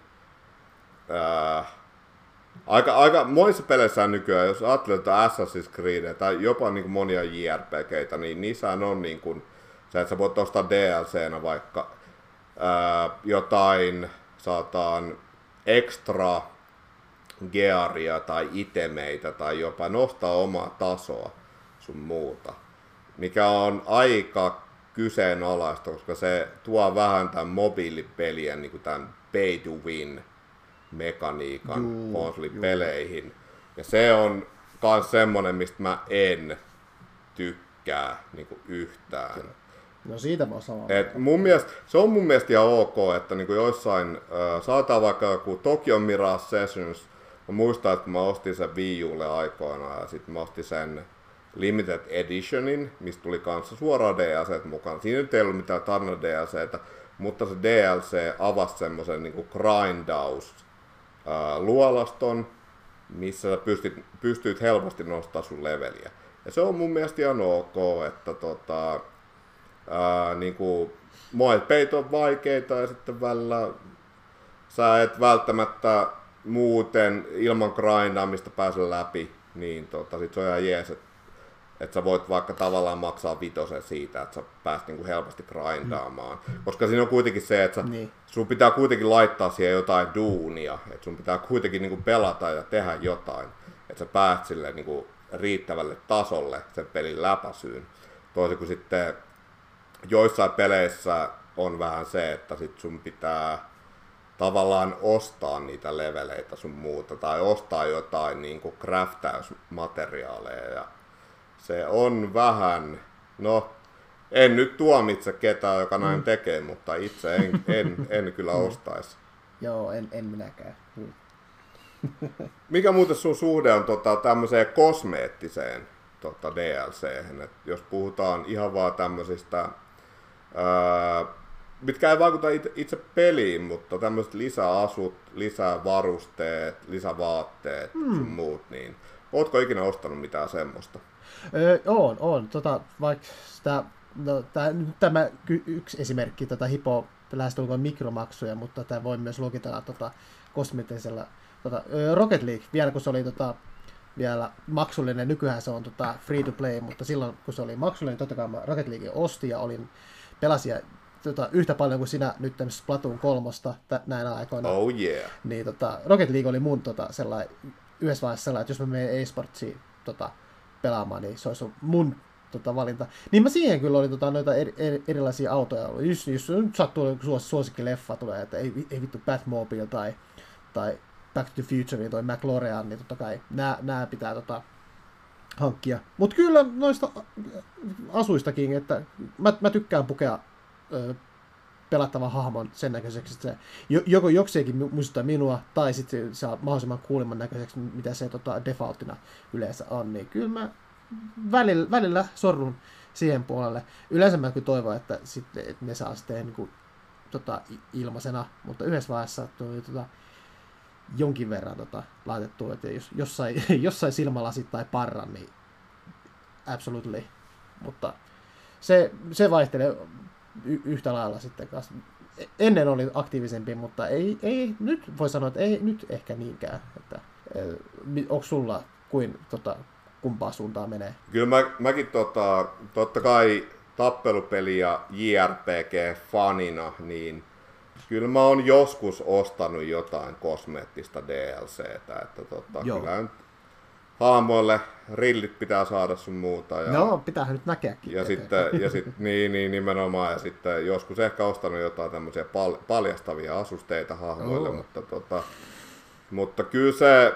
aika monissa peleissä nykyään, jos ajattelee Assassin's Creed tai jopa niin kuin monia JRPGitä, niin niissä on niin kuin, se, että sä voit ostaa DLCnä vaikka jotain, saataan extra gearia tai itemeitä tai jopa nostaa omaa tasoa sun muuta, mikä on aika kyseenalaista, koska se tuo vähän tämän mobiilipelien niin kuin tämän pay to win mekaniikan konsolipeleihin. Ja se on kans semmonen, mistä mä en tykkää niinku yhtään. No siitä mä oon samaa. Se on mun mielestä ihan ok, että niinku joissain, saataan vaikka joku Tokyo Mirage Sessions, mä muistan, että mä ostin sen Wii Ulle aikoinaan ja sitten mä ostin sen Limited Editionin, mistä tuli kanssa suoraan DLC mukaan. Siinä nyt ei ollut mitään tarina DLCtä, mutta se DLC avasi semmosen niinku grindaus luolaston, missä sä pystyt helposti nostamaan sun leveliä. Ja se on mun mielestä ihan ok, että niinku, monet peit on vaikeita ja sitten välillä sä et välttämättä muuten ilman grindaamista pääse läpi, niin sit se on ihan jees, että sä voit vaikka tavallaan maksaa vitosen siitä, että sä pääst niinku helposti grindaamaan. Koska siinä on kuitenkin se, että sun pitää kuitenkin laittaa siihen jotain duunia, että sun pitää kuitenkin niinku pelata ja tehdä jotain, että sä pääst sille niinku riittävälle tasolle sen pelin läpäisyyn. Toisin kuin sitten joissain peleissä on vähän se, että sit sun pitää tavallaan ostaa niitä leveleitä sun muuta, tai ostaa jotain niinku craftausmateriaaleja, ja se on vähän, no en nyt tuomitse ketään, joka näin tekee, mutta itse en kyllä ostaisi. Joo, en minäkään. Mikä muuten sun suhde on tämmöiseen kosmeettiseen DLC:hen, että jos puhutaan ihan vaan tämmöisistä, mitkä ei vaikuta itse peliin, mutta tämmöiset lisäasut, lisävarusteet, lisävaatteet sun muut, niin ootko ikinä ostanut mitään semmoista? On. Vaikka tämä yksi esimerkki Hippo lähestulkoon mikromaksuja, mutta tämä voi myös luokitella kosmeettisella Rocket League, vielä kun se oli vielä maksullinen, nykyään se on free to play, mutta silloin kun se oli maksullinen, totta kai mä Rocket League ostin ja pelasin yhtä paljon kuin sinä nyt tämmöisessä Splatoon 3 näinä aikoina. Oh yeah. Niin Rocket League oli mun yhdessä vaiheessa sellainen, että jos mä menen e-sportsiin pelaamaan, niin se olisi mun valinta. Niin mä siihen kyllä oli noita erilaisia autoja. Jos nyt sattuu suosikkileffa tulee, että ei vittu Batmobile tai Back to the Future, toi McLorean, niin totta kai nämä pitää hankkia. Mutta kyllä noista asuistakin, että mä tykkään pukea pelattavan hahmon sen näköiseksi, että se joko jokseenkin muistuttaa minua, tai sitten saa mahdollisimman kuulimman näköiseksi, mitä se defaultina yleensä on, niin kyllä mä välillä sorrun siihen puolelle. Yleensä mä kyllä toivon, että ne saa sitten niin kuin, ilmaisena, mutta yhdessä vaiheessa tuli jonkin verran laitettua, että jos jossain silmälasit tai parran, niin absolutely. Mutta se vaihtelee yhtä lailla sitten kanssa. Ennen oli aktiivisempi, mutta ei nyt voi sanoa, että ei nyt ehkä niinkään. Että, onko sulla kuin kumpaa suuntaan menee? Kyllä mäkin totta kai tappelupeli ja JRPG-fanina, niin kyllä mä oon joskus ostanut jotain kosmeettista DLCtä, että kyllä nyt hahmoille rillit pitää saada sun muuta. Ja, no, pitäähän nyt näkeäkin. Ja sitten niin nimenomaan, ja sitten joskus ehkä ostanut jotain tämmöisiä paljastavia asusteita hahmoille, mutta kyllä se,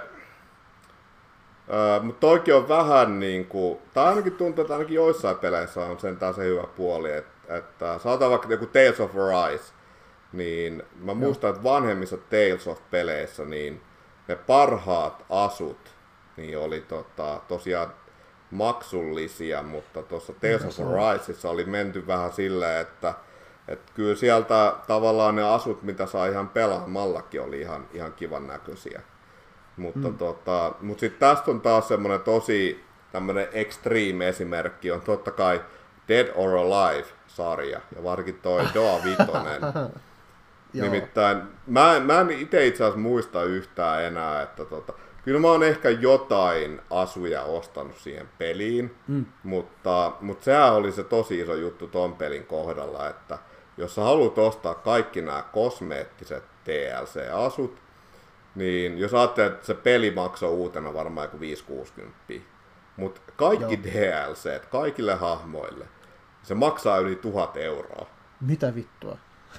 mutta toikin on vähän niinku, tai ainakin tuntuu, että ainakin joissain peleissä on sentään se hyvä puoli, että sanotaan vaikka joku Tales of Arise, niin mä muistan, että vanhemmissa Tales of-peleissä niin ne parhaat asut niin oli tosiaan maksullisia, mutta tuossa Tales of Ariseissa oli menty vähän silleen, että kyllä sieltä tavallaan ne asut, mitä saa ihan pelaamallakin, oli ihan kivan näköisiä. Mutta sitten tästä on taas semmoinen tosi tämmöinen extreme esimerkki, on totta kai Dead or Alive-sarja, ja varsinkin toi Doa Vitoinen. Nimittäin mä en itse asiassa muista yhtään enää, että kyllä mä oon ehkä jotain asuja ostanut siihen peliin, mutta sehän oli se tosi iso juttu ton pelin kohdalla, että jos sä haluat ostaa kaikki nämä kosmeettiset DLC-asut, niin jos ajattelet, että se peli maksoi uutena varmaan joku 5-60, mutta kaikki DLCt, kaikille hahmoille, se maksaa yli 1 000 euroa. Mitä vittua?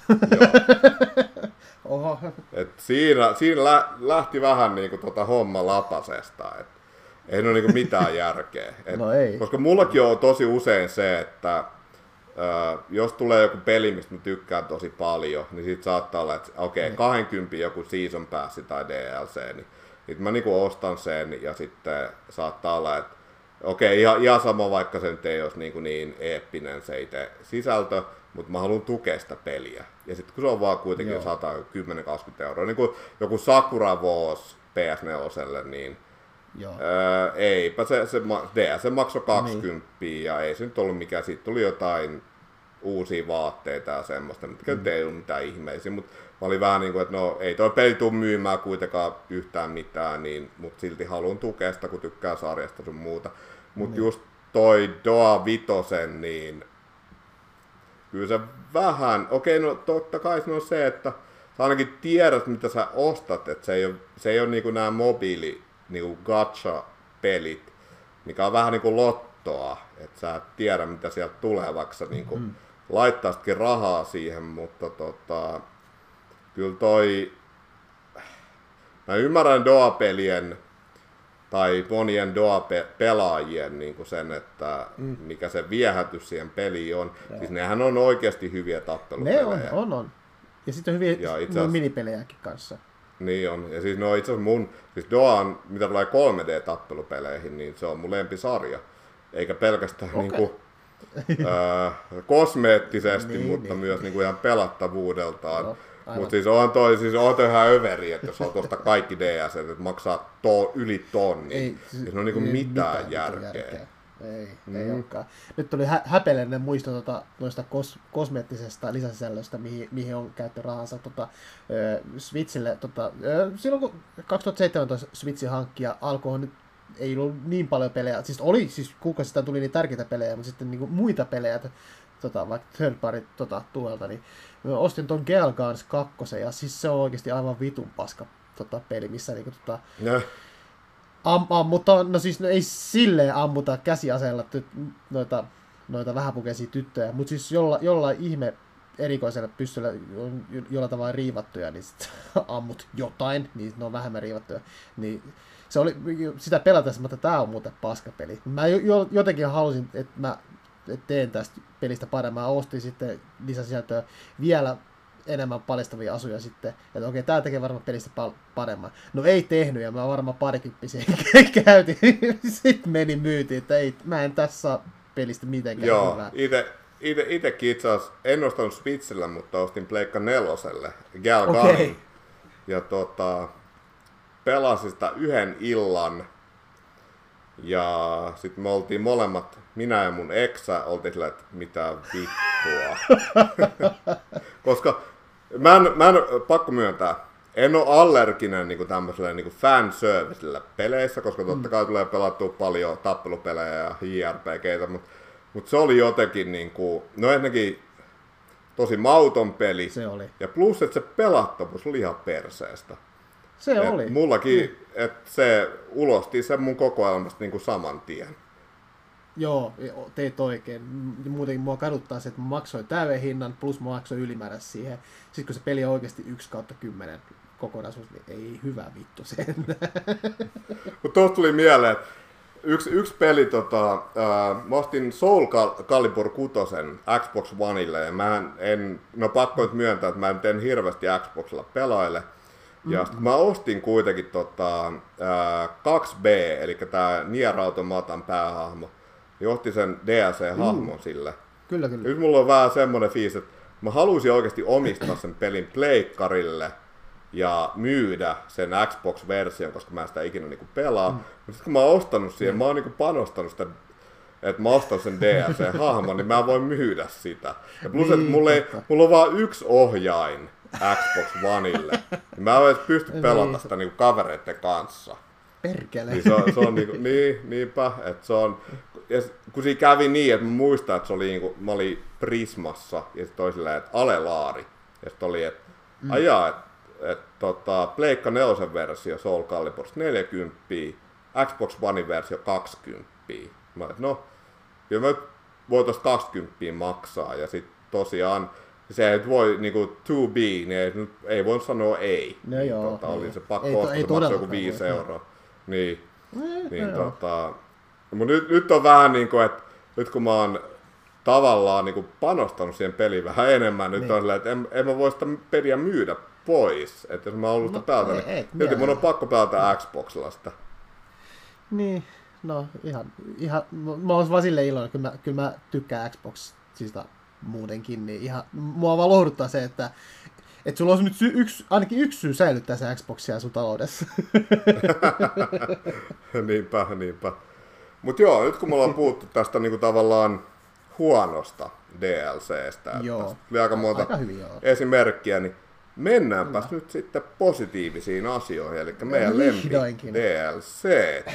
Oho. Et siinä lähti vähän niinku homma lapasesta, et ei ole niinku mitään järkeä. No ei. Koska mullakin on tosi usein se, että jos tulee joku peli, mistä mä tykkään tosi paljon, niin sit saattaa olla, että 20 joku season pass tai DLC, niin mä niinku ostan sen ja sitten saattaa olla, että ihan sama vaikka se nyt ei olisi niin eeppinen se itse sisältö, mutta mä haluan tukea sitä peliä. Ja sitten kun se on vaan kuitenkin 10-20 euroa, niin kuin joku Sakura Wars PS4, niin eipä se DS maksoi 20 ja ei se nyt ollut mikään, siitä tuli jotain uusia vaatteita ja semmoista, mitkä ei ollut mitään ihmeisiä, mutta mä olin vähän niin kuin, että no ei toi peli tule myymään kuitenkaan yhtään mitään, niin, mutta silti haluan tukea sitä, kun tykkää sarjasta sun muuta. Mutta just toi Doa Vitosen, niin kyllä se vähän, okei, no totta kai se on se, että sä ainakin tiedät, mitä sä ostat, että se ei ole niin kuin nämä mobiili niin gacha-pelit, mikä on vähän niin kuin lottoa, että sä et tiedä, mitä sieltä tulee, vaikka sä niin kuin laittaisitkin rahaa siihen, mutta kyllä mä ymmärrän Doa-pelien tai monien Doa-pelaajien niin kuin sen, että mikä se viehätys siihen peliin on. Joo. Siis nehän on oikeasti hyviä tappelupelejä. Ne on. Ja sitten on hyviä minipelejäkin kanssa. Niin on. Ja siis no itse asiassa siis Doan, mitä tulee 3D-tappelupeleihin, niin se on mun lempisarja. Eikä pelkästään niinku, kosmeettisesti, mutta myös niinku ihan pelattavuudeltaan. No, mutta siis on toi ihan överi, että jos olet ostaa kaikki DS, että maksaa yli tonni. Ei, siis on niinku mitään järkeä. Ei olekaan. Nyt tuli häpeellinen muisto noista kosmeettisesta lisäsisällöstä, mihin on käytetty rahansa Switchille. Silloin kun 2017 Switchin hankkia alkoi, nyt ei ollut niin paljon pelejä. Siis kuukausista tuli niin tärkeitä pelejä, mutta sitten niinku muita pelejä, vaikka third party tuolta, niin ostin ton Girl Guns 2, ja siis se on oikeasti aivan vitun paska peli, missä niinku ammutaan, no siis ei silleen ammuta käsiaseella noita vähäpukeisia tyttöjä, mutta siis jollain ihme erikoisella pyssyllä jollain tavalla riivattuja, niin sit ammut jotain, niin ne on vähemmän riivattuja. Niin se oli sitä pelatessa, mutta tää on muuten paskapeli. Mä jotenkin halusin, että mä teen tästä pelistä paremmin. Mä ostin sitten lisäsisältöä vielä enemmän paljastavia asuja sitten, että okei, tää tekee varmaan pelistä paremman. No ei tehnyt, ja mä varmaan parikymppisiä käytin, sitten meni myytiin, että mä en tässä saa pelistä mitenkään hyvää. Itekin itse asiassa en ostanut Switchillä, mutta ostin Pleikka 4:lle Gal Gunin, ja pelasin sitä yhden illan, ja sitten me oltiin molemmat, minä ja mun eksä, oltiin sillä, että mitä vittua. Koska mä en pakko myöntää, en ole allerginen niin tämmöiselle niin fanservicelle peleissä, koska totta kai tulee pelattua paljon tappelupelejä ja JRPGitä, mutta se oli jotenkin, niin kuin, no ennenkin tosi mauton peli. Se oli. Ja plus, että se pelattavuus oli ihan perseestä. Se oli. Mullakin, että se ulosti sen mun kokoelmasta niin kuin saman tien. Joo, teit oikein. Muutenkin mua kaduttaa se, että mä maksoin täyden hinnan, plus mä maksoin ylimääräistä siihen. Sitten kun se peli on oikeasti 1/10 kokonaisuus, niin ei hyvä vittu sen. Mutta tuosta tuli mieleen, että yksi peli, mä ostin Soul Calibur 6 Xbox Oneille, ja pakko nyt myöntää, että mä en hirveästi Xboxilla pelaile. Ja sitten mä ostin kuitenkin 2B, eli tää Nier Automatan päähahmo, ja otti sen DLC-hahmon sille. Kyllä. Nyt mulla on vähän semmoinen fiilis, että mä haluaisin oikeasti omistaa sen pelin pleikkarille ja myydä sen Xbox-version, koska mä en sitä ikinä niinku pelaa. Mutta sitten kun mä oon ostanut siihen, mä oon niinku panostanut sitä, että mä ostan sen DLC-hahmon, niin mä voin myydä sitä. Ja plus, että mulla on vaan yksi ohjain Xbox Oneille. Mä en edes pysty pelata sitä niinku kavereiden kanssa. Perkele. Niin se on niinku, niinpä, että se on, ja kun siinä kävi niin, että mä muistan, että se oli niinku, mä olin Prismassa, ja sitten oli silleen, että Alelaari, ja sitten oli, että Pleikka 4 versio Soul Calibur 40, Xbox One versio 20. Mä et, no, kyllä mä voitais 20 maksaa, ja sitten tosiaan, se ei voi niinku 2B, niin ei voi sanoa ei. No joo. Oli se pakko ostaa, se maksoi joku 5 euroa. Niin, mutta nyt on vähän niin kuin, että nyt kun mä oon tavallaan niin kuin panostanut siihen peliin vähän enemmän, nyt on silleen, että en mä voi sitä peliä myydä pois. Että jos mä oon ollut sitä pelata, niin silti mun on pakko pelata Xboxilla sitä. Niin, no ihan mä oon vaan silleen iloinen, kyllä mä tykkään Xboxista muutenkin, niin ihan, mua vaan lohduttaa se, että sulla on nyt ainakin yksi syy säilyttää se Xboxia sun taloudessa. Niinpä. Mutta joo, nyt kun me ollaan puhuttu tästä niinku tavallaan huonosta DLCstä, että tuli aika monta esimerkkiä, niin Mennäänpäs nyt sitten positiivisiin asioihin, eli meidän lempi DLC.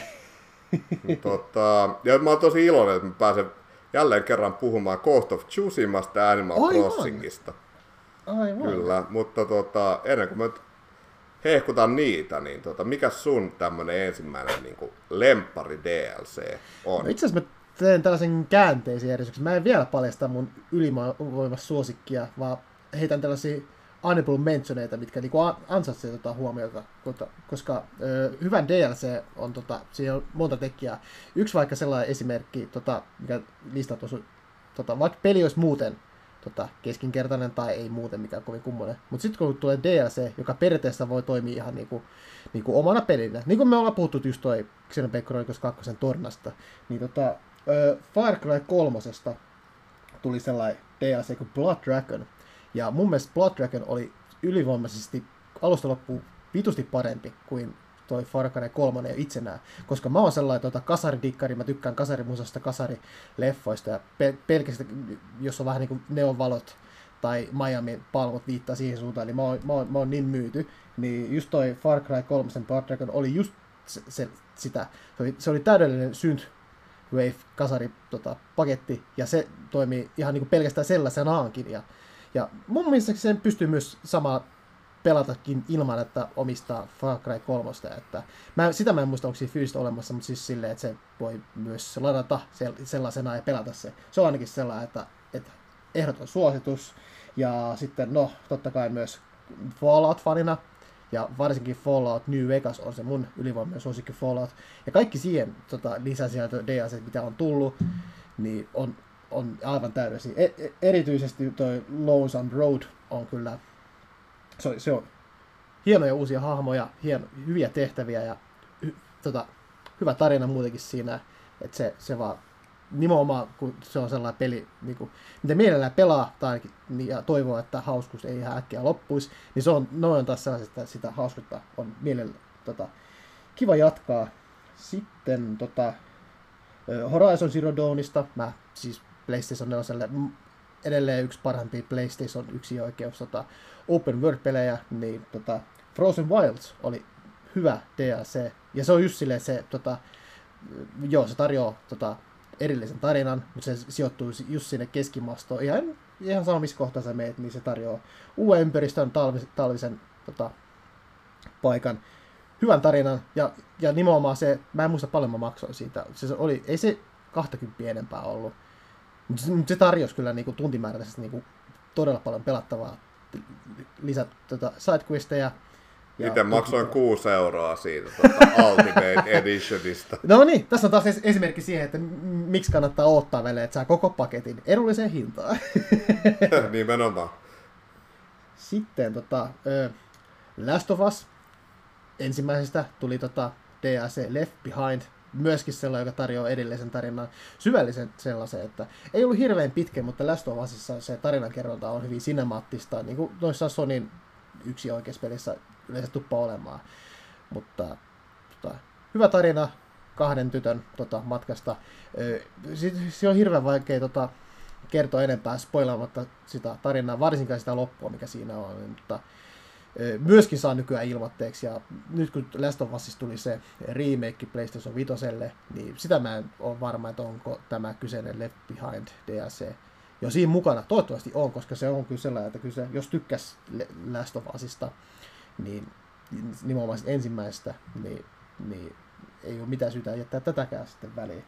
Ja mä oon tosi iloinen, että mä pääsen jälleen kerran puhumaan Ghost of Tsushimasta ja Animal Crossingista. Aivan. Kyllä, mutta ennen kuin mä hehkutan niitä, niin mikä sun tämmönen ensimmäinen niin kuin lemppari DLC on? No itse asiassa mä teen tällaisen käänteisen järjestyksen. Mä en vielä paljasta mun ylivoimassa suosikkia, vaan heitän tällaisia honorable mentioneita, mitkä niinku ansaitsee huomiota, koska hyvän DLC on, siinä on monta tekijää. Yksi vaikka sellainen esimerkki, mikä listaa tuossa, vaikka peli olisi muuten keskinkertainen tai ei muuten mikään kovin kummonen, mutta sitten kun tulee DLC, joka periaatteessa voi toimia ihan niinku omana pelinä, niin kuin me ollaan puhuttu just toi Xenoblade Chronicles 2 Tornasta, niin Far Cry 3 tuli sellainen DLC kuin Blood Dragon. Ja mun mielestä Blood Dragon oli ylivoimaisesti alusta loppuun vitusti parempi kuin toi Far Cry 3 jo itsenään. Koska mä oon sellainen kasaridikkari, mä tykkään kasarimusasta, kasarileffoista ja pelkästään, jos on vähän niin kuin neonvalot tai Miamin palmut viittaa siihen suuntaan, niin mä oon niin myyty. Niin just toi Far Cry 3 Blood Dragon oli just sitä. Se oli täydellinen Synthwave kasari paketti ja se toimii ihan niin kuin pelkästään sellaisenaankin. Ja mun mielestä sen pystyy myös samaa pelatakin ilman, että omistaa Far Cry 3. Että sitä mä en muista, onko siinä fyysistä olemassa, mutta siis silleen, että se voi myös ladata sellaisena ja pelata se. Se on ainakin sellainen, että ehdoton suositus. Ja sitten, no, totta kai myös Fallout-fanina. Ja varsinkin Fallout New Vegas on se mun ylivoimainen suosikki Fallout. Ja kaikki siihen lisäsieltä DLC, mitä on tullut, niin on aivan täydellisiä. Erityisesti toi Lonesome Road on kyllä, se on hienoja uusia hahmoja, hyviä tehtäviä ja hyvä tarina muutenkin siinä, että se vaan nimenomaan, kun se on sellainen peli, niin kuin, mitä mielellään pelaa tai ja toivoo, että hauskuus ei ihan äkkiä loppuisi, niin se on noin taas sellaiset, että sitä hauskuutta on mielellä kiva jatkaa. Sitten Horizon Zero Dawnista, mä siis PlayStation 4 edelleen yksi parhaimpia PlayStation 1 oikeus open world-pelejä, niin Frozen Wilds oli hyvä DLC, ja se on just silleen, se se tarjoaa erillisen tarinan, mutta se sijoittuu just sinne keskimastoon, ihan sama missä kohtaa sä meet, niin se tarjoaa uuden ympäristön, talvisen paikan, hyvän tarinan, ja nimenomaan se, mä en muista paljon mä maksoin siitä, ei se 20 enempää ollut, mutta se tarjosi kyllä niinku tuntimääräisesti niinku todella paljon pelattavaa sidequesteja. Itse maksoin 6 euroa siitä Ultimate Editionista. No niin, tässä on taas esimerkki siihen, että miksi kannattaa odottaa välillä, että saa koko paketin edulliseen hintaan. Nimenomaan. Sitten Last of Us ensimmäisestä tuli DLC Left Behind, myöskin sellainen, joka tarjoaa edellisen tarinan, syvällisen sellaisen, että ei ollut hirveän pitkä, mutta Last of Usissa se tarinankerronta on hyvin sinemaattista, niin kuin noissa Sonyn yksi oikeassa pelissä yleensä tuppaa olemaan. Mutta hyvä tarina 2 tytön matkasta. Se on hirveän vaikea kertoa enempää spoilaamatta sitä tarinaa, varsinkaan sitä loppua, mikä siinä on. Mutta myöskin saa nykyään ilmoitteeksi, ja nyt kun Last of Usista tuli se remake PlayStation 5, niin sitä mä en ole varma, että onko tämä kyseinen Left Behind DLC jo siinä mukana. Toivottavasti on, koska se on kyllä sellainen, että kyllä se, jos tykkäs Last of Usista, niin nimenomaan ensimmäisestä, niin ei ole mitään syytä jättää tätäkään sitten väliin.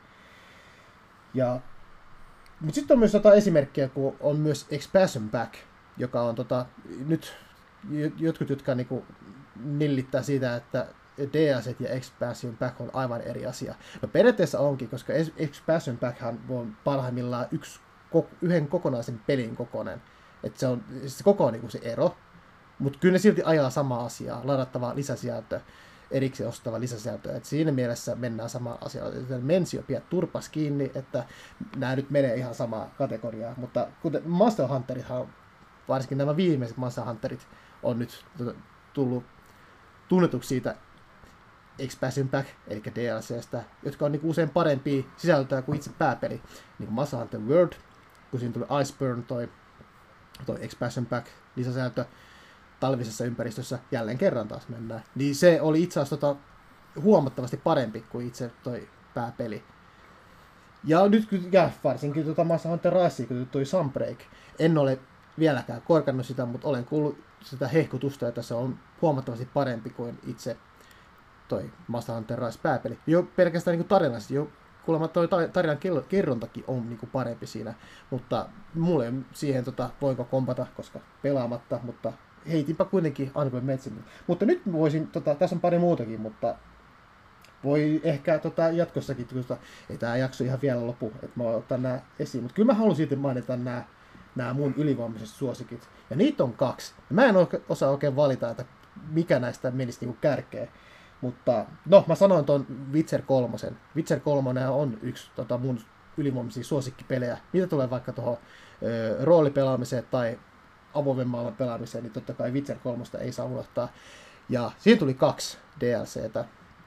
Mutta sitten on myös esimerkkiä, kun on myös Expansion Pack, joka on nyt jotkut, jotka niinku nillittää siitä, että DLC ja Expansion Pack on aivan eri asia. No periaatteessa onkin, koska Expansion Pack on parhaimmillaan yhden kokonaisen pelin kokoinen. Että se koko on niinku se ero, mutta kyllä ne silti ajaa samaa asiaa, ladattavaa lisäsisältöä, erikseen ostava lisäsisältöä. Et siinä mielessä mennään samaan asiaan. Mensio pidä turpas kiinni, että nämä nyt menee ihan samaa kategoriaa. Mutta kuten Monster Hunterithan, varsinkin nämä viimeiset Monster Hunterit, on nyt tullut tunnetuksi siitä Expansion Pack, eli DLCstä, jotka on niinku usein parempia sisältöä kuin itse pääpeli. Niin kuin Monster Hunter World, kun siinä tuli Iceburn, toi Expansion Pack lisäsisältö, talvisessa ympäristössä jälleen kerran taas mennään. Niin se oli itse asiassa huomattavasti parempi kuin itse toi pääpeli. Ja nyt varsinkin Monster Hunter Rise, kun toi Sunbreak, en ole vieläkään korkannut sitä, mutta olen kuullut sitä hehkutusta, että se on huomattavasti parempi kuin itse toi Monster Hunter Rise pääpeli. Jo pelkästään niin tarinallisesti, jo kuulemma toi tarinan kerrontakin on niin parempi siinä, mutta mulle ei siihen voinko kompata, koska pelaamatta, mutta heitinpä kuitenkin Honorable Mention. Mutta nyt voisin, tässä on pari muutakin, mutta voi ehkä jatkossakin, ei tämä jakso ihan vielä lopu, että mä otan nämä esiin, mutta kyllä mä haluan siitä mainita nämä mun ylivoimaiset suosikit. Ja niitä on 2. Mä en osaa oikein valita, että mikä näistä menisi niinku kärkeen. Mutta no, mä sanoin tuon Witcher 3. Witcher 3 on yksi mun ylivoimaisia suosikkipelejä. Mitä tulee vaikka tuohon roolipelaamiseen tai avoimemmalla pelaamiseen, niin totta kai Witcher 3 ei saa unohtaa. Ja siihen tuli 2 DLCtä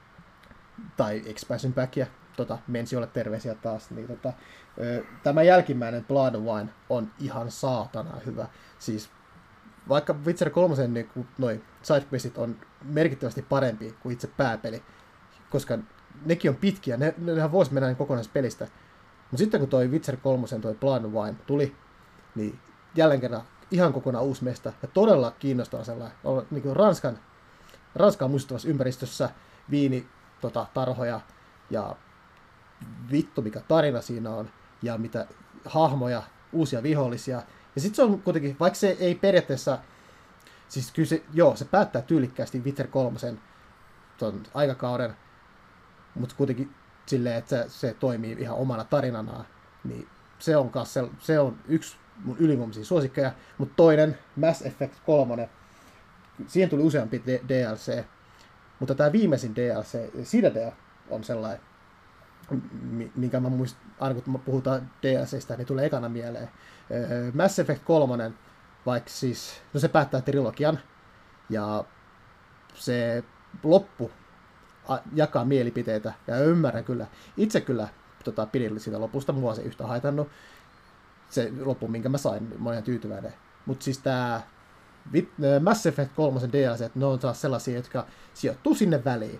tai expansion packia. Mensiolle terveisiä taas. Niin, tämä jälkimmäinen Blood and Wine on ihan saatana hyvä. Siis vaikka Witcher 3 niin noi sidequestit on merkittävästi parempi kuin itse pääpeli, koska nekin on pitkiä, nehän voisi mennä kokonaispelistä. Mutta sitten kun toi Witcher 3 toi Blood and Wine tuli, niin jälleen kerran ihan kokonaan uusi mesta ja todella kiinnostava sellainen. Niin Ranskan muistuttavassa ympäristössä, viini, tarhoja ja vittu mikä tarina siinä on ja mitä hahmoja, uusia vihollisia. Ja sitten se on kuitenkin, vaikka se ei periaatteessa, siis kyllä se päättää tyylikkäästi Witcher 3 ton aikakauden, mutta kuitenkin silleen, että se toimii ihan omana tarinanaan, niin se on yksi mun ylivoimaisia suosikkeja, mutta toinen, Mass Effect 3, siihen tuli useampi DLC, mutta tämä viimeisin DLC, Citadel, on sellainen, minkä mä muistan, aina kun puhutaan DLCstä, niin tulee ekana mieleen. Mass Effect 3, vaikka siis, no se päättää trilogian, ja se loppu jakaa mielipiteitä, ja ymmärrän kyllä. Itse kyllä pidin siitä lopusta, mua se yhtä haitannut. Se loppu, minkä mä sain, mä olen tyytyväinen. Mutta siis tää Mass Effect 3 DLC, ne on taas sellaisia, jotka sijoittuu sinne väliin.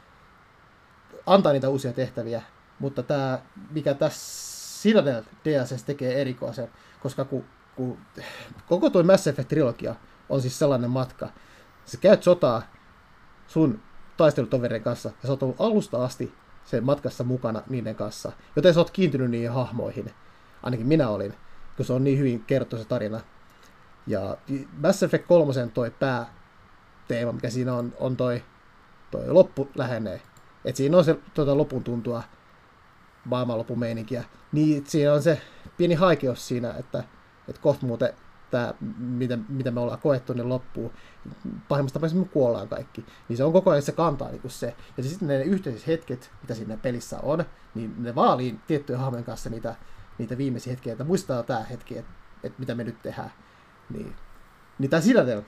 Antaa niitä uusia tehtäviä, mutta tämä, mikä tässä Citadel DLC:ssä tekee erikoisen, koska kun koko tuo Mass Effect-trilogia on siis sellainen matka, sä käyt sotaa sun taistelutovereiden kanssa, ja sä oot ollut alusta asti sen matkassa mukana niiden kanssa, joten sä oot kiintynyt niihin hahmoihin. Ainakin minä olin, kun se on niin hyvin kerrottu se tarina. Ja Mass Effect 3 toi pääteema, mikä siinä on toi loppu lähenee. Että siinä on se lopun tuntua, maailmanlopun meininkiä. Niin siinä on se pieni haikeus siinä, että kohta muuten tämä, mitä me ollaan koettu, niin loppuu. Pahimmassa tapauksessa me kuollaan kaikki. Niin se on koko ajan se kantaa niin kuin se. Ja sitten ne yhteiset hetket, mitä siinä pelissä on, niin ne vaalii tiettyjen hahmojen kanssa niitä viimeisiä hetkiä, että muistetaan tämä hetki, että mitä me nyt tehdään. Niin tämä Citadel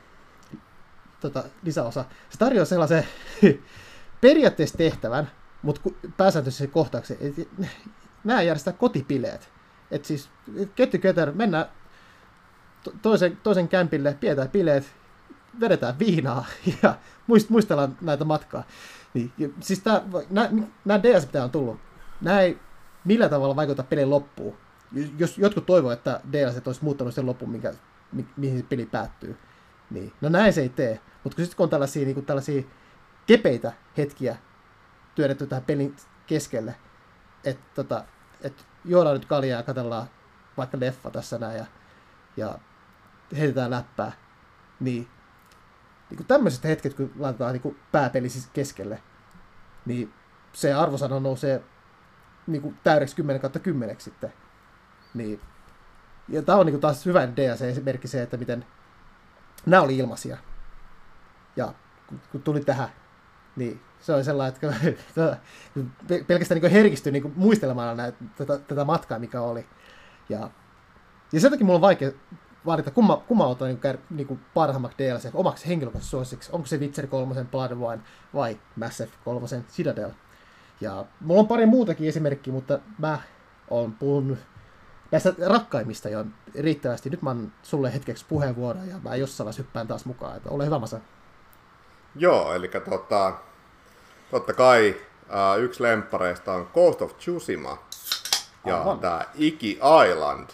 lisäosa, se tarjoaa sellaisen periaatteessa tehtävän, mutta pääsääntöisesti kohtauksen, että nämä järjestää kotipileet. Että siis get together, mennään toisen kämpille, pidetään bileet, vedetään viinaa ja muistellaan näitä matkaa. Niin, siis nämä DLC, mitä on tullut, nämä ei millään tavalla vaikuta pelin loppuun. Jos jotkut toivoo, että DLC olisi muuttanut sen lopun, mihin se peli päättyy, niin no näin se ei tee. Mutta kun on tällaisia kepeitä hetkiä työnnetty tähän pelin keskelle, että juodaan nyt kaljaa ja katsellaan vaikka leffa tässä näin ja heitetään läppää, niin tämmöiset hetket, kun laitetaan niin pääpeli siis keskelle, niin se arvosana nousee niin täydeksi 10/10 sitten. Niin. Ja tämä on niin taas hyvä DLC-esimerkki se, että miten nämä oli ilmaisia. Ja kun tuli tähän, niin se oli sellainen, että pelkästään niin herkistyi niin muistelemaan tätä matkaa, mikä oli. Ja sen takia mulla on vaikea valita, kumman ottaa niin parhaimmaksi DLC omaksi henkilökohtaisessa suosiksi. Onko se Witcher 3, Blood and Wine vai Mass Effect 3, Citadel. Ja mulla on pari muutakin esimerkkiä, mutta mä oon puhunut näistä rakkaimmista jo riittävästi. Nyt mä annan sulle hetkeksi puheenvuoron ja mä jossain vaiheessa hyppään taas mukaan. Että ole hyvä, Masa. Joo, eli totta kai yksi lemppareista on Ghost of Tsushima ja tämä Iki Island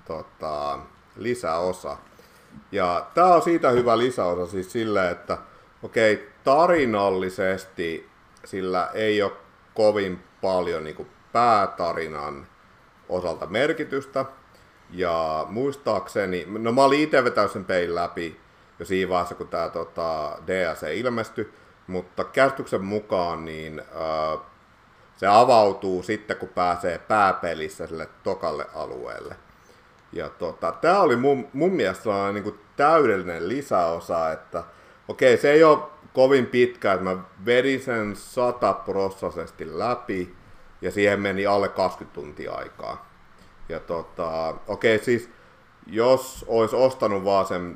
lisäosa. Ja tää on siitä hyvä lisäosa siis silleen, että okei, tarinallisesti sillä ei ole kovin paljon niin kuin päätarinan osalta merkitystä. Ja muistaakseni, no mä olin itse vetänyt sen pelin läpi jo siinä vaiheessa, kun tää DLC ilmestyi, mutta käsityksen mukaan niin se avautuu sitten, kun pääsee pääpelissä sille tokalle alueelle. Ja tää oli mun mielestä sellainen niin kuin täydellinen lisäosa, että okei, se ei ole kovin pitkä, että mä vedin sen 100% läpi, ja siihen meni alle 20 tuntia aikaa. Ja okei, siis jos olisi ostanut vaan sen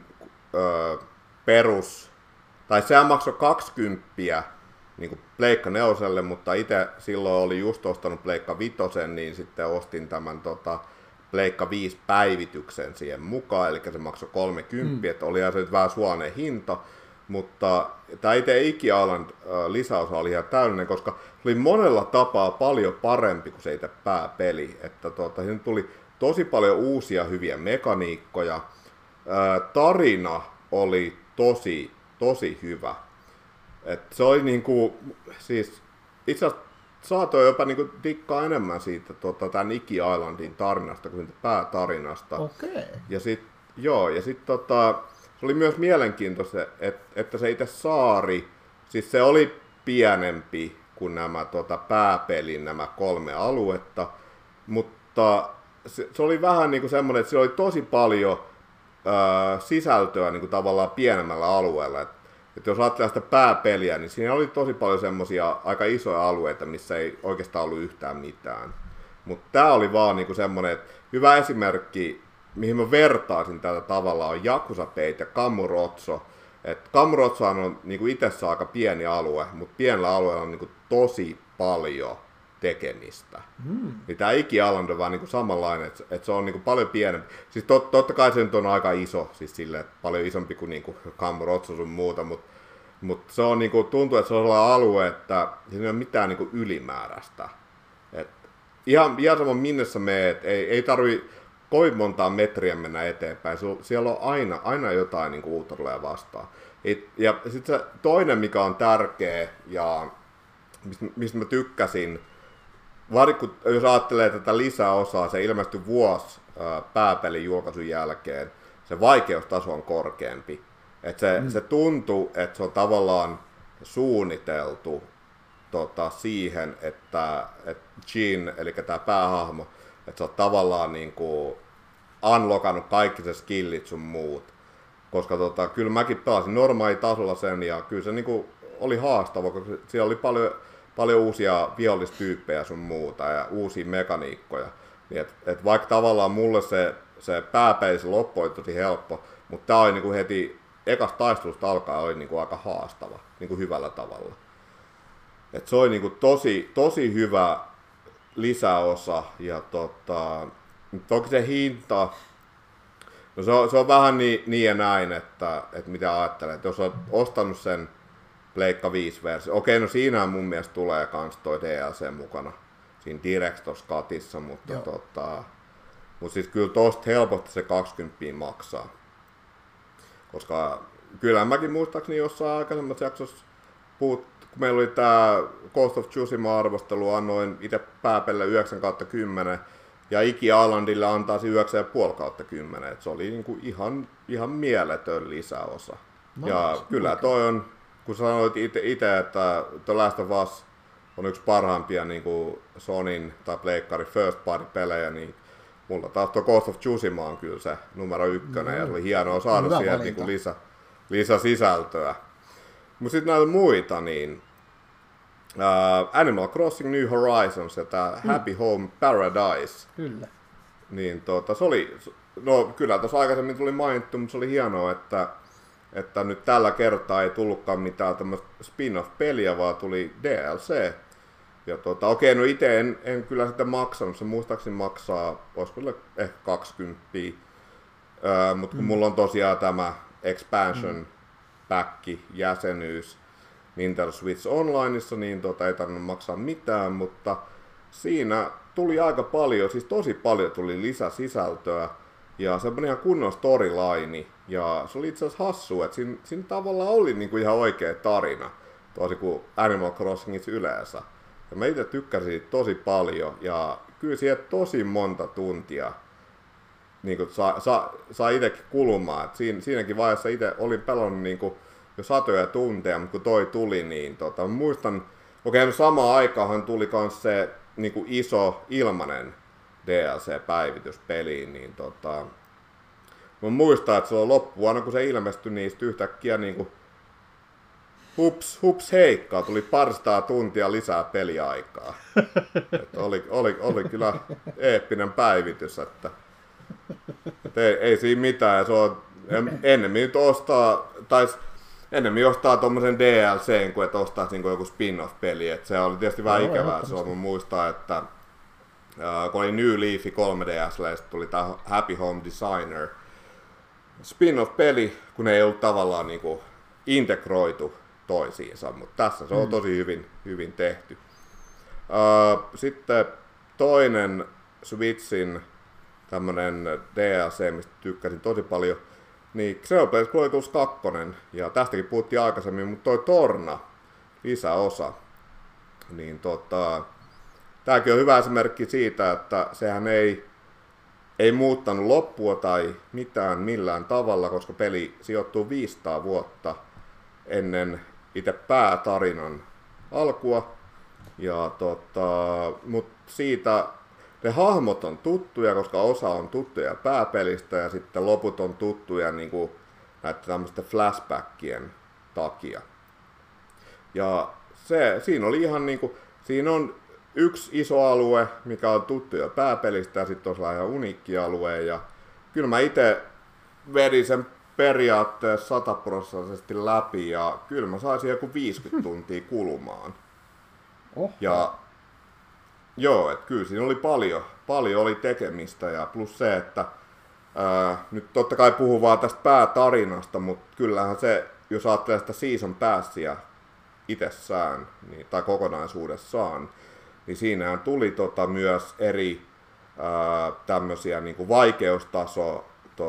perus, tai sehän maksoi 20 niin kuin Pleikka 4, mutta itse silloin oli just ostanut Pleikka 5, niin sitten ostin tämän Pleikka 5 päivityksen siihen mukaan, eli se maksoi 30, että olihan se nyt vähän suonen hinta, mutta tämä itse Iki Island lisäosa oli ihan täydellinen, koska se oli monella tapaa paljon parempi kuin se itse pääpeli, että siinä tuli tosi paljon uusia hyviä mekaniikkoja, tarina oli tosi hyvä, että se oli niinku, siis itse asiassa saatoin jopa niinku dikkaa enemmän siitä tämän Iki Islandin tarinasta kuin siitä päätarinasta. Okei. Ja sitten se oli myös mielenkiintoista, että se itse saari, siis se oli pienempi kuin nämä pääpelin nämä 3 aluetta, mutta se oli vähän niin kuin semmoinen, että siellä oli tosi paljon sisältöä niin kuin tavallaan pienemmällä alueella. Että jos ajattelee sitä pääpeliä, niin siinä oli tosi paljon semmoisia aika isoja alueita, missä ei oikeastaan ollut yhtään mitään. Mutta tämä oli vaan niin kuin semmoinen, että hyvä esimerkki, mihin mä vertaisin tätä tavalla, on Yakuza Peit ja Kamurocho. Kamurochohan on niin itsessään aika pieni alue, mutta pienellä alueella on niin tosi paljon tekemistä. Niin tämä Iki Island on vaan niin samanlainen, että se on niin paljon pienempi. Siis totta kai se nyt on aika iso, siis silleen, paljon isompi kuin Kamurocho sun muuta, mutta se on, niin kuin, tuntuu, että se on sellainen alue, että siinä ei ole mitään niin ylimääräistä. Et ihan sama minne sä meet, ei tarvitse kovin montaa metriä mennä eteenpäin. Siellä on aina jotain niin uutta tulee vastaan. Ja sitten se toinen, mikä on tärkeä ja mistä mä tykkäsin, varsinkin jos ajattelee tätä lisäosaa, se ilmestyi vuosi pääpelin julkaisun jälkeen, se vaikeustaso on korkeampi. Se tuntuu, että se on tavallaan suunniteltu siihen, että Jin, eli tämä päähahmo, että sä oot tavallaan niinku unlockannut kaikki se skillit sun muut. Koska kyllä mäkin pelasin normaalitasolla sen ja kyllä se niinku oli haastava, koska siellä oli paljon uusia vihollistyyppejä sun muuta ja uusia mekaniikkoja. Niin et vaikka tavallaan mulle se pääpeli, se loppu oli tosi helppo, mutta tää oli niinku heti ekasta taistelusta alkaen oli niinku aika haastava, niinku hyvällä tavalla. Et se oli niinku tosi hyvä lisäosa ja toki se hinta, no se on vähän niin ja näin, että mitä ajattelen, että jos olet ostanut sen Pleikka 5-versio, okei, no siinä mun mielestä tulee kans toi DLC mukana siinä Director's Cutissa, mutta siis kyllä tosta helposti se 20 maksaa, koska kyllä mäkin muistaakseni jossain aikaisemmassa jaksossa kun meillä oli tää Ghost of Tsushima-arvostelu, annoin itse pääpelle 9/10 ja Iki Islandille antaisi 9,5/10. Et se oli niinku ihan mieletön lisäosa. No, ja kyllä toi on, kun sanoit itse, että The Last of Us on yksi parhaimpia niinku Sonyn tai Pleikkarin first party pelejä, niin mulla taas tuo Ghost of Tsushima on kyllä se numero 1 ja se oli hienoa saada siihen niinku lisäsisältöä. Mutta sitten näitä muita, niin Animal Crossing New Horizons ja tämä Happy Home Paradise. Kyllä. Niin se oli, no kyllä tuossa aikaisemmin tuli mainittu, mutta se oli hienoa, että nyt tällä kertaa ei tullutkaan mitään tämmöistä spin-off-peliä, vaan tuli DLC. Ja okei, no itse en kyllä sitä maksanut, se muistaakseni maksaa, olisiko ehkä 20, mutta kun mulla on tosiaan tämä expansion pack, jäsenyys Nintendo Switch Onlineissa, niin ei tarvinnut maksaa mitään, mutta siinä tuli aika paljon, siis tosi paljon tuli lisäsisältöä ja semmoinen ihan kunnon storyline, ja se oli itse asiassa hassua, että siinä tavallaan oli niinku ihan oikea tarina, tosi kuin Animal Crossingissa yleensä. Ja mä itse tykkäsin siitä tosi paljon, ja kyllä siihen tosi monta tuntia niin saa itsekin kulumaan. Siinäkin vaiheessa itse olin pelannut niin jo satoja tunteja, mutta kun toi tuli, niin mä muistan, no samaan aikaanhan tuli myös se niin iso ilmanen DLC-päivitys peliin, niin mä muistan, että se on loppuvuonna, kun se ilmestyi, niin yhtäkkiä niin hups heikkaa, tuli paristaa tuntia lisää peliaikaa. Oli kyllä eeppinen päivitys, että ei siinä mitään, ja se on ennemmin ostaa tommosen DLCn, kuin että ostaa niin joku spin-off-peli, että se oli tietysti vähän ikävää, se on, muistaa, että kun oli New Leaf 3DS:llä ja tuli tää Happy Home Designer spin-off-peli, kun ei ollut tavallaan niinku integroitu toisiinsa, mutta tässä se on tosi hyvin tehty. Sitten toinen Switchin tämmönen DLC, mistä tykkäsin tosi paljon, niin Xenoblade Chronicles 2, ja tästäkin puhuttiin aikaisemmin, mutta toi Torna lisäosa, niin tääkin on hyvä esimerkki siitä, että sehän ei muuttanut loppua tai mitään millään tavalla, koska peli sijoittuu 500 vuotta ennen itse päätarinan alkua. Ja mutta siitä ne hahmot on tuttuja, koska osa on tuttuja pääpelistä ja sitten loput on tuttuja niin kuin näiden tämmöisten flashbackien takia. Ja siinä oli ihan niin kuin, siinä on yksi iso alue, mikä on tuttu jo pääpelistä, ja sitten on ihan uniikki alue, ja kyllä mä itse vedin sen periaatteessa 100% läpi, ja kyllä mä saisin joku 50 tuntia kulumaan. Ja joo, että kyllä siinä oli paljon oli tekemistä, ja plus se, että nyt totta kai puhun vaan tästä päätarinasta, mutta kyllähän se, jos ajattelee sitä season passia itsessään, niin, tai kokonaisuudessaan, niin siinähän tuli myös eri tämmöisiä niin kuin vaikeustaso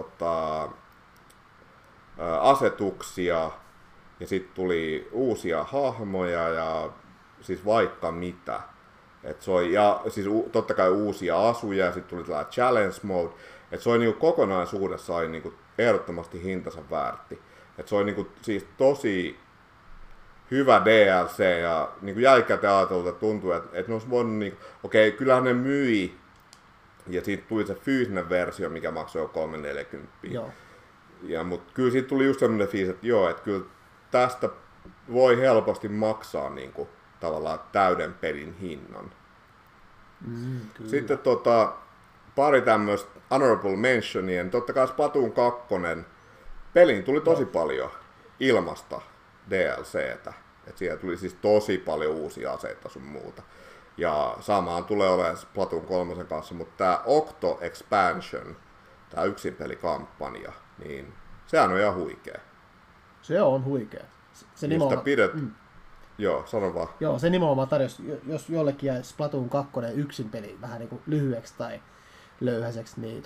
asetuksia, ja sitten tuli uusia hahmoja ja siis vaikka mitä. Ja siis totta kai uusia asuja, ja sitten tuli tällainen challenge mode, että se oli niin kuin kokonaisuudessaan niin kuin ehdottomasti hintansa väärti. Että se oli niin kuin, siis tosi hyvä DLC, ja niin jälkikäteen ajateltu, että tuntuu, että ne olisi voinut, niin, okei, kyllähän ne myi, ja siitä tuli se fyysinen versio, mikä maksoi jo 340. Ja, mutta kyllä siitä tuli just sellainen fiilis, että joo, että kyllä tästä voi helposti maksaa niin kuin, tavallaan täyden pelin hinnan. Sitten pari tämmöistä honorable mentionia, totta kai Splatoon 2, peliin tuli tosi paljon ilmasta DLCtä, että siellä tuli siis tosi paljon uusia aseita sun muuta. Ja samaan tulee olemaan Splatoon 3 kanssa, mutta tämä Octo Expansion, tämä yksinpelikampanja, niin sehän on ihan huikea. Se on huikea. Se nimenomaan... Joo, sano vaan. Joo, se nimenomaan tarjosi, jos jollekin jäi Splatoon 2 yksin peli vähän niin kuin lyhyeksi tai löyhäiseksi, niin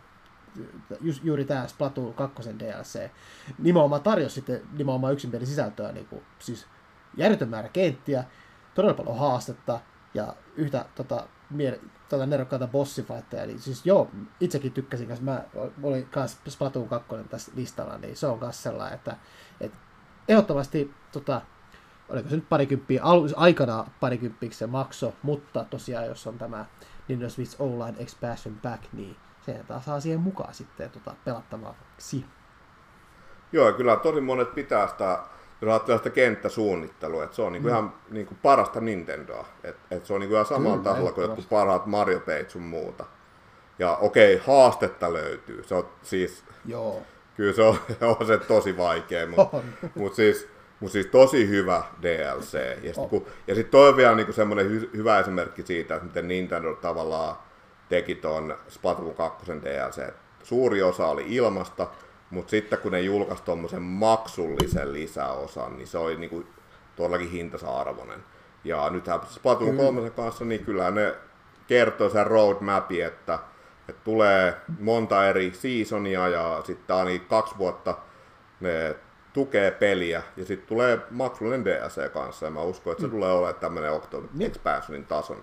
juuri tämä Splatoon 2 DLC nimenomaan tarjosi sitten nimenomaan yksin pelin sisältöä, niin kuin, siis järjetön määrä kenttiä, todella paljon haastetta ja yhtä nerokkaita bossifightteja. Eli siis joo, itsekin tykkäsin, koska mä olin kanssa Splatoon 2 tässä listalla, niin se on myös sellainen, että ehdottomasti oliko se nyt aikana parikymppiiksi se makso, mutta tosiaan jos on tämä Nintendo Switch Online Expansion Pack, niin se taas saa siihen mukaan sitten pelattavaksi. Joo, kyllä tosi monet pitää sitä, jos ajattelee sitä kenttäsuunnittelua, että se on niinku ihan niinku parasta Nintendoa, että se on niinku ihan samalla tasolla kuin jotkut parhaat Mario Peit sun muuta. Ja okei, haastetta löytyy, se on siis, joo. Kyllä se on se tosi vaikea, mutta siis Mutta siis tosi hyvä DLC. Ja sitten toi on vielä niinku semmoinen hyvä esimerkki siitä, että miten Nintendo tavallaan teki ton Splatoon 2 DLC. Suuri osa oli ilmasta, mutta sitten kun ne julkaisi tommosen maksullisen lisäosan, niin se oli niinku todellakin hintansa arvoinen. Ja nythän Splatoon 3 kanssa, niin kyllä ne kertoo sen roadmapin, että tulee monta eri seasonia ja sitten aina 2 vuotta ne tukee peliä ja sitten tulee maksullinen DLC kanssa ja mä uskon, että se tulee olemaan tämmöinen Octopath Expansionin tasoinen.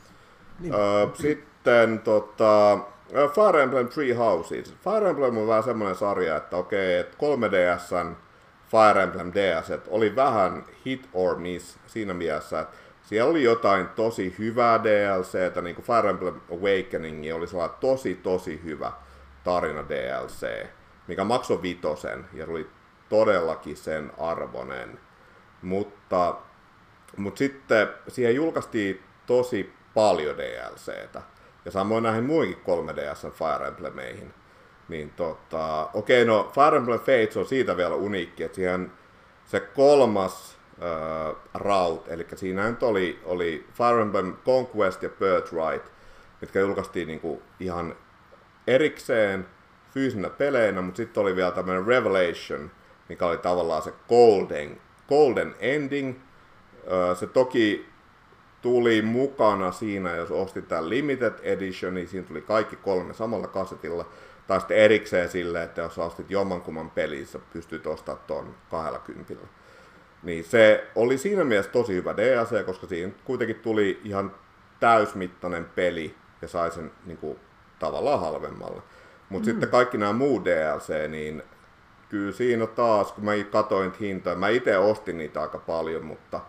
Sitten Fire Emblem Three Houses. Fire Emblem on vähän semmoinen sarja, että okei, että 3DSn Fire Emblem DLC oli vähän hit or miss siinä mielessä, että siellä oli jotain tosi hyvää DLCtä, niin kuin Fire Emblem Awakening oli sellainen tosi hyvä tarina DLC, mikä maksoi 5 ja oli todellakin sen arvoinen. Mutta sitten siihen julkaistiin tosi paljon DLCtä, ja samoin näihin muihinkin 3DSn Fire Emblemeihin. Niin no Fire Emblem Fates on siitä vielä uniikki, että siihen se 3. route, eli siinä nyt oli Fire Emblem Conquest ja Birthright, mitkä julkaistiin niinku ihan erikseen fyysinä peleinä, mutta sitten oli vielä tämmöinen Revelation, mikä oli tavallaan se golden ending. Se toki tuli mukana siinä, jos ostit tämän Limited Edition, niin siinä tuli kaikki 3 samalla kasetilla. Tai sitten erikseen silleen, että jos ostit jommankumman pelissä, pystyt ostamaan tuon 20. Niin se oli siinä mielessä tosi hyvä DLC, koska siinä kuitenkin tuli ihan täysmittainen peli ja sai sen niin kuin, tavallaan halvemmalla. Mutta sitten kaikki nämä muut DLC, niin kyllä siinä taas, kun mä katsoin hintoja, mä itse ostin niitä aika paljon, mutta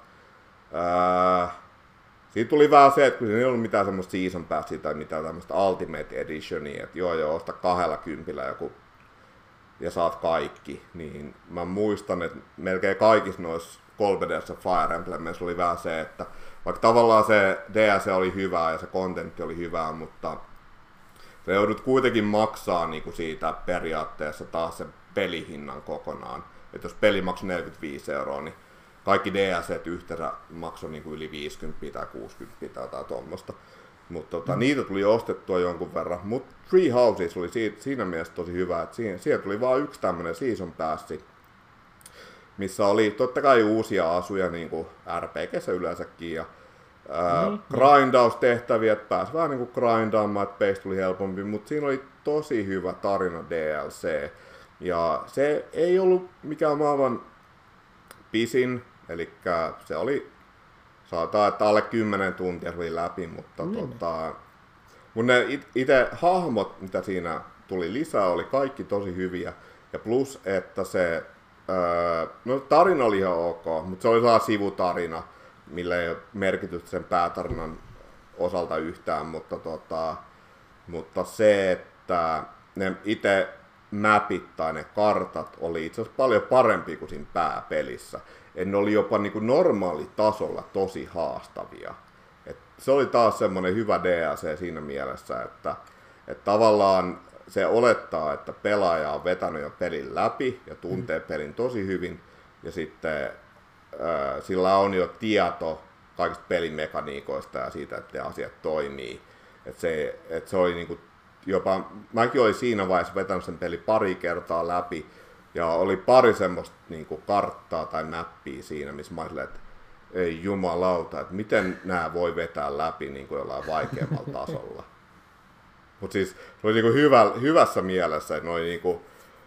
siinä tuli vähän se, että kun siinä ei ollut mitään semmoista season passia tai mitään tämmöistä Ultimate Editionia, että joo, osta 20 joku ja saat kaikki, niin mä muistan, että melkein kaikissa noissa 3DS Fire Emblemissa oli vähän se, että vaikka tavallaan se DLC oli hyvää ja se kontentti oli hyvää, mutta sä joudut kuitenkin maksaa niinku siitä periaatteessa taas sen pelihinnan kokonaan. Että jos peli maksoi 45 €, niin kaikki DLCt yhteensä maksoi niinku yli 50 tai 60 tai jotain tuommoista. Mutta niitä tuli ostettua jonkun verran. Mutta Three Houses oli siinä mielessä tosi hyvä, että siellä tuli vain yksi tämmöinen season passi, missä oli totta kai uusia asuja, niin kuin RPG:ssä yleensäkin, ja grindaustehtäviä, että pääsi vähän niin kuin grindaamaan, että peistä tuli helpompi, mutta siinä oli tosi hyvä tarina DLC, ja se ei ollut mikään maailman pisin, eli se oli, sanotaan, että alle 10 tuntia oli läpi, mutta mun ne itse hahmot, mitä siinä tuli lisää, oli kaikki tosi hyviä, ja plus, että se no tarina oli ihan ok, mutta se oli sellainen sivutarina, millä ei ole merkitystä sen päätarinan osalta yhtään, mutta se, että ne itse mapit tai ne kartat oli itse asiassa paljon parempi kuin siinä pääpelissä. Ne oli jopa niin kuin normaalitasolla tosi haastavia. Et se oli taas semmoinen hyvä DLC siinä mielessä, että tavallaan se olettaa, että pelaaja on vetänyt jo pelin läpi ja tuntee pelin tosi hyvin, ja sitten sillä on jo tieto kaikista pelimekaniikoista ja siitä, että ne asiat toimii. Että se oli niinku jopa, mäkin olin siinä vaiheessa vetänyt sen peli pari kertaa läpi, ja oli pari semmoista niinku karttaa tai mappia siinä, missä mä olin, että ei jumalauta, että miten nämä voi vetää läpi niinku jollain vaikeammalla tasolla. Mutta siis se oli niinku hyvässä mielessä, että noi niinku,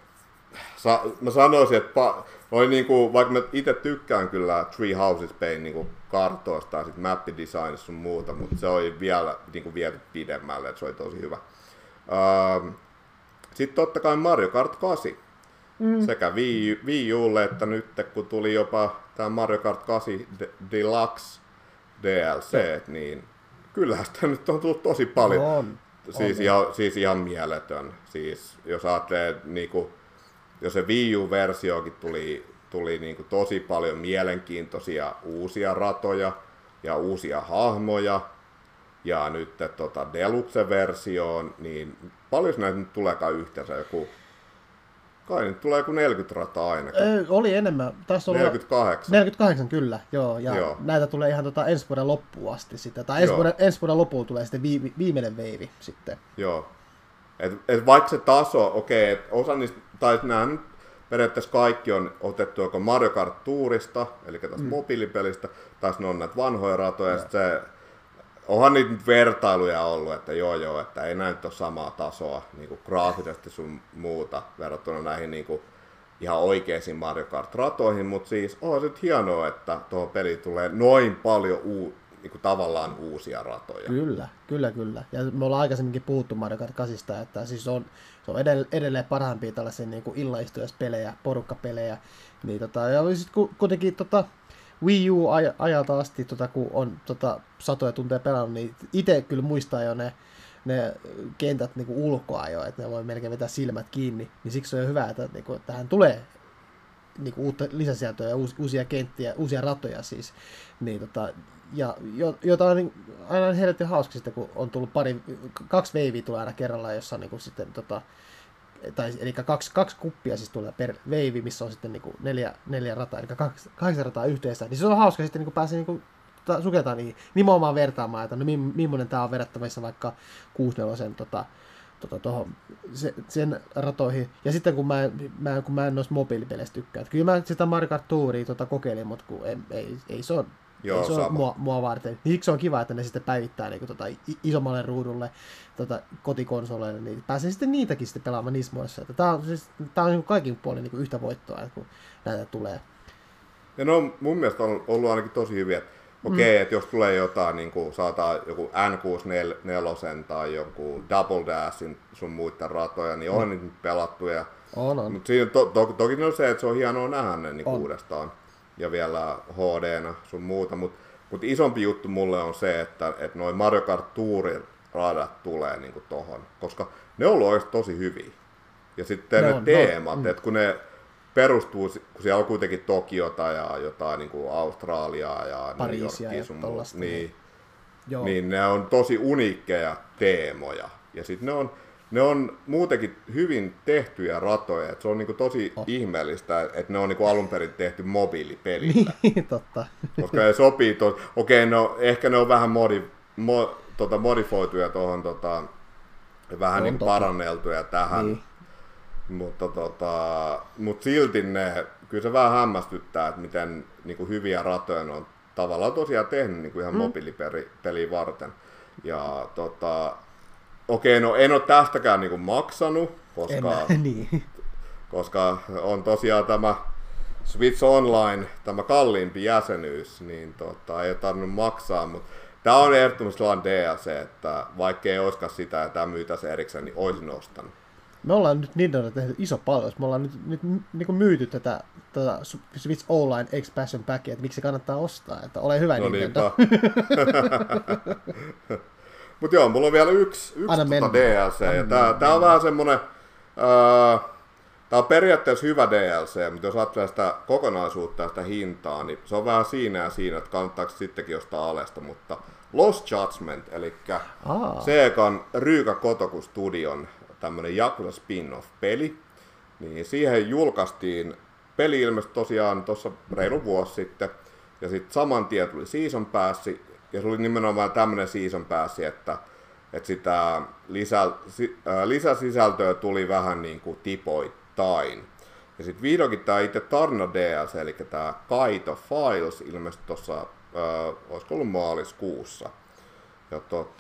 mä sanoisin, että niinku, vaikka mä itse tykkään kyllä Three Houses Pain niinku kartoista ja sit mappidesignista sun muuta, mutta se oli vielä niinku viety pidemmälle, että se oli tosi hyvä. Sitten totta kai Mario Kart 8. Sekä Wii Ulle että nyt kun tuli jopa tämä Mario Kart 8 Deluxe DLC, niin kyllähän sitä nyt on tullut tosi paljon. Siis ihan mieletön. Siis jos ajattelee, niinku, jos se Wii U-versiokin tuli niinku tosi paljon mielenkiintoisia uusia ratoja ja uusia hahmoja, ja nyt Deluxe-versioon, niin paljon näitä nyt tuleekaan yhteensä joku Kai nyt tulee kuin 40 rataa ainakin. Oli enemmän. Taisi olla 48. 48 kyllä, joo. Ja Joo. näitä tulee ihan ensi vuoden loppuun asti sitten. Tai ensi vuoden loppuun tulee sitten viimeinen veivi sitten. Joo. Et vaikka se taso, okei, osa niistä, tai nämä nyt periaatteessa kaikki on otettu joko Mario Kart Tourista, eli tästä mobiilipelistä, tai ne on näitä vanhoja ratoja, ja se, onhan niitä nyt vertailuja ollut, että joo, että ei näin nyt ole samaa tasoa niin kuin graafisesti sun muuta verrattuna näihin niin kuin ihan oikeisiin Mario Kart-ratoihin, mutta siis on se nyt hienoa, että tuohon peliin tulee noin paljon niin kuin tavallaan uusia ratoja. Kyllä. Ja me ollaan aikaisemminkin puhuttu Mario Kart 8, että siis se on edelleen parhaimpia tällaisia niin kuin illaistujaspelejä, porukkapelejä. Niin ja sitten kuitenkin Wii U-ajalta asti, kun on satoja tunteja pelannut, niin itse kyllä muistaa jo ne kentät niin kuin ulkoa jo, että ne voi melkein vetää silmät kiinni. Niin siksi on jo hyvä, että niin kuin, tähän tulee niin kuin uutta lisäsieltöä ja uusia kenttiä, uusia ratoja siis. Niin, ja jota on aina helvetin hauska sitten, kun on tullut 2 veiviä tulee aina kerralla, jossa on niin kuin sitten eli kaksi kuppia siis tulee per veivi, missä on sitten niin kuin 4 rataa, eli 8 rataa yhteensä. Niin se on hauska sitten, niin kun pääsee niin kuin sukeltaan niihin nimenomaan vertaamaan, että no millainen tämä on verrattavissa vaikka 64 sen ratoihin. Ja sitten kun mä en noista mobiilipeleistä tykkää. Että kyllä mä sitä Mario Kart Touria kokeilin, mutta kun ei se ole, ei se ole mua varten. Siksi on kiva, että ne sitten päivittää niin isommalle ruudulle kotikonsoleille, niin pääsee sitten niitäkin sitten pelaamaan niissä muodossa. Tämä on niin kaikin puolin niin yhtä voittoa, kun näitä tulee. Ja ne on mun mielestä on ollut ainakin tosi hyviä. Okei, että jos tulee jotain, niin kuin saataan joku N64 tai joku Double Dashin sun muita ratoja, niin on niitä pelattu. On. Mutta siinä toki on se, että se on hienoa nähdä ne niin uudestaan. Ja vielä HD-na sun muuta. Mutta isompi juttu mulle on se, että noin Mario Kart Tourin radat tulee niin kuin tohon. Koska ne on ollut oikeasti tosi hyviä. Ja sitten ne teemat, että kun ne perustuu, kun siellä on kuitenkin Tokiota ja jotain niin kuin Australiaa ja Pariisia New Yorkia sun muuta, niin ne on tosi uniikkeja teemoja. Ja sitten ne on muutenkin hyvin tehtyjä ratoja, että se on niin kuin tosi ihmeellistä, että ne on niin kuin alun perin tehty mobiilipelillä. Niin, totta. Koska ne sopii, ehkä ne on vähän modifoituja tuohon, vähän niin paranneltuja tähän. Niin. Mutta silti kyllä se vähän hämmästyttää, että miten niin kuin hyviä ratoja ne on tavallaan tosiaan tehnyt niin kuin ihan mobiilipeliä varten. Ja no en ole tästäkään niin kuin maksanut, koska on tosiaan tämä Switch Online, tämä kalliimpi jäsenyys, niin ei ole tarvinnut maksaa, mutta tämä on ehdottomasti sellainen DLC, että vaikka ei olisikaan sitä ja tämä myytäisi erikseen, niin olisin ostanut. Me ollaan nyt Nintendo tehty iso palvelus. Me ollaan nyt niin kuin myyty tätä Switch Online Expansion Packia, että miksi kannattaa ostaa. Että ole hyvä Nintendo. Mutta joo, mulla on vielä yksi DLC. Ja tää on vähän semmonen... Tää on periaatteessa hyvä DLC, mutta jos ajattelee sitä kokonaisuutta ja sitä hintaa, niin se on vähän siinä, että kannattaako sittenkin jostain alesta. Mutta Lost Judgment, eli Segan Ryuga Gotoku Studion tämmönen Yakuza spin-off-peli, niin siihen julkaistiin, peli ilmestyi tosiaan tuossa reilu vuosi sitten, ja sitten saman tien tuli Season Pass, ja se oli nimenomaan tämmönen Season Pass, että sitä lisäsisältöä tuli vähän niin kuin tipoittain. Ja sitten vihdoinkin tämä itse tarina DLC, eli tämä Kaito Files ilmestyi tuossa, olisiko ollut maaliskuussa. Ja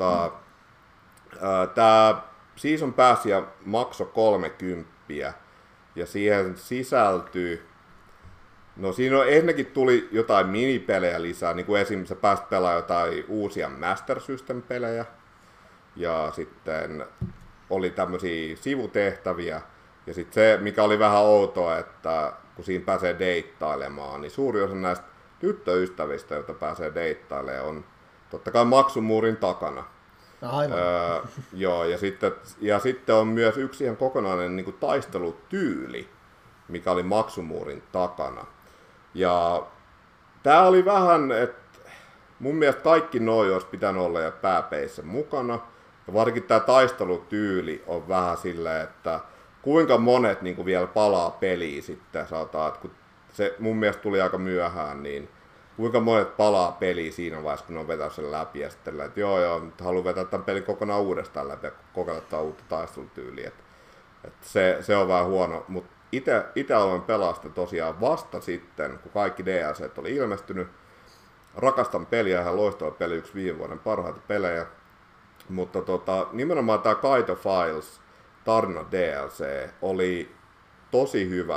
tämä Season Passia maksoi 30, ja siihen sisältyy, no siinä on ennenkin tuli jotain minipelejä lisää, niin kuin esimerkiksi sä pääsit pelaamaan jotain uusia Master System-pelejä, ja sitten oli tämmöisiä sivutehtäviä, ja sitten se, mikä oli vähän outoa, että kun siinä pääsee deittailemaan, niin suuri osa näistä tyttöystävistä, joita pääsee deittailemaan, on totta kai maksumuurin takana. Aivan. Joo, ja sitten on myös yksi ihan kokonainen niin kuin taistelutyyli, mikä oli maksumuurin takana. Ja tää oli vähän, että mun mielestä kaikki noi olisi pitänyt olla jo pääpeissä mukana. Ja varsinkin tämä taistelutyyli on vähän silleen, että kuinka monet niin kuin vielä palaa peliin sitten, sanotaan, että kun se mun mielestä tuli aika myöhään, niin kuinka monet palaa peliin siinä vaiheessa, kun ne on vetänyt sen läpi ja sitten, että joo, haluan vetää tämän pelin kokonaan uudestaan läpi ja kokeilla uutta taistelutyyliä. Se on vähän huono, mutta itse aloin pelaa sitä tosiaan vasta sitten, kun kaikki DLCt oli ilmestynyt. Rakastan peliä, ihan loistava peli, yksi viime vuoden parhaita pelejä. Mutta nimenomaan tämä Kaito Files tarina DLC oli tosi hyvä.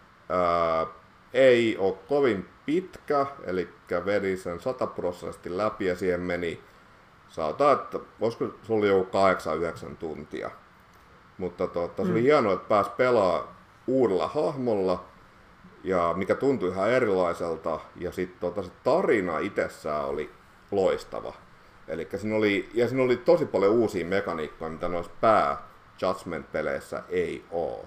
Ei ole kovin pitkä, eli vedi sen 100% läpi ja siihen meni, sanotaan, että voisiko se oli joku 8-9 tuntia. Mutta se oli hienoa, että pääsi pelaamaan uudella hahmolla, ja mikä tuntui ihan erilaiselta, ja sitten se tarina itsessään oli loistava. Eli siinä oli tosi paljon uusia mekaniikkoja, mitä noissa Judgment-peleissä ei ole.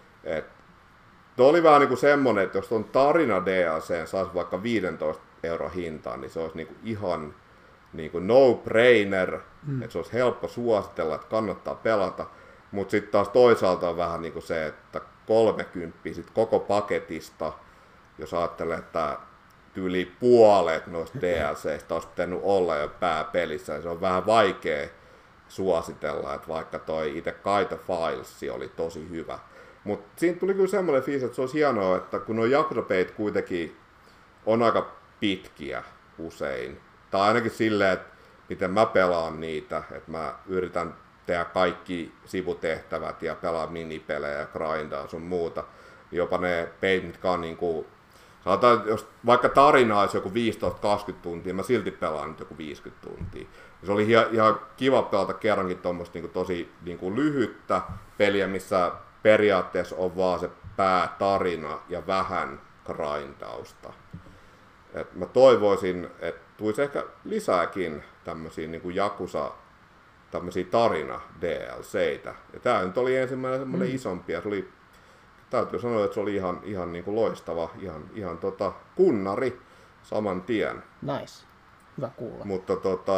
Tuo oli vähän niin kuin semmoinen, että jos tuon tarina DLC saisi vaikka 15 € hintaan, niin se olisi niin kuin ihan niin kuin no-brainer, että se olisi helppo suositella, että kannattaa pelata. Mutta sitten taas toisaalta on vähän niin kuin se, että 30 sit koko paketista, jos ajattelee, että yli puolet noista DLCistä olisi pitänyt olla jo pääpelissä, niin se on vähän vaikea suositella, että vaikka toi itse Kaito Files oli tosi hyvä. Mutta siinä tuli kyllä semmoinen fiilis, että se olisi hienoa, että kun nuo Yakuza-pelit kuitenkin on aika pitkiä usein, tai ainakin silleen, että miten mä pelaan niitä, että mä yritän tehdä kaikki sivutehtävät ja pelaa minipelejä ja grindaa sun muuta, niin jopa ne pelit, mitkä on niinku, sanotaan, jos vaikka tarina olisi joku 15-20 tuntia, mä silti pelaan nyt joku 50 tuntia. Se oli ihan kiva pelata kerrankin tuommoista niinku tosi niinku lyhyttä peliä, missä periaatteessa on vaan se päätarina ja vähän grindausta. Et mä toivoisin, että tulisi ehkä lisääkin tämmöisiä niinku Yakuza, tämmöisiä tarina DLCitä. Ja tää nyt oli ensimmäinen semmoinen isompi, ja se oli, täytyy sanoa, että se oli ihan niinku loistava, ihan kunnari saman tien. Nice. Hyvä kuulla. Mutta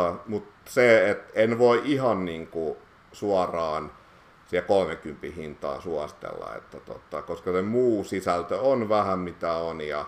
se, että en voi ihan niinku suoraan siellä 30 hintaa suostella, että koska se muu sisältö on vähän mitä on, ja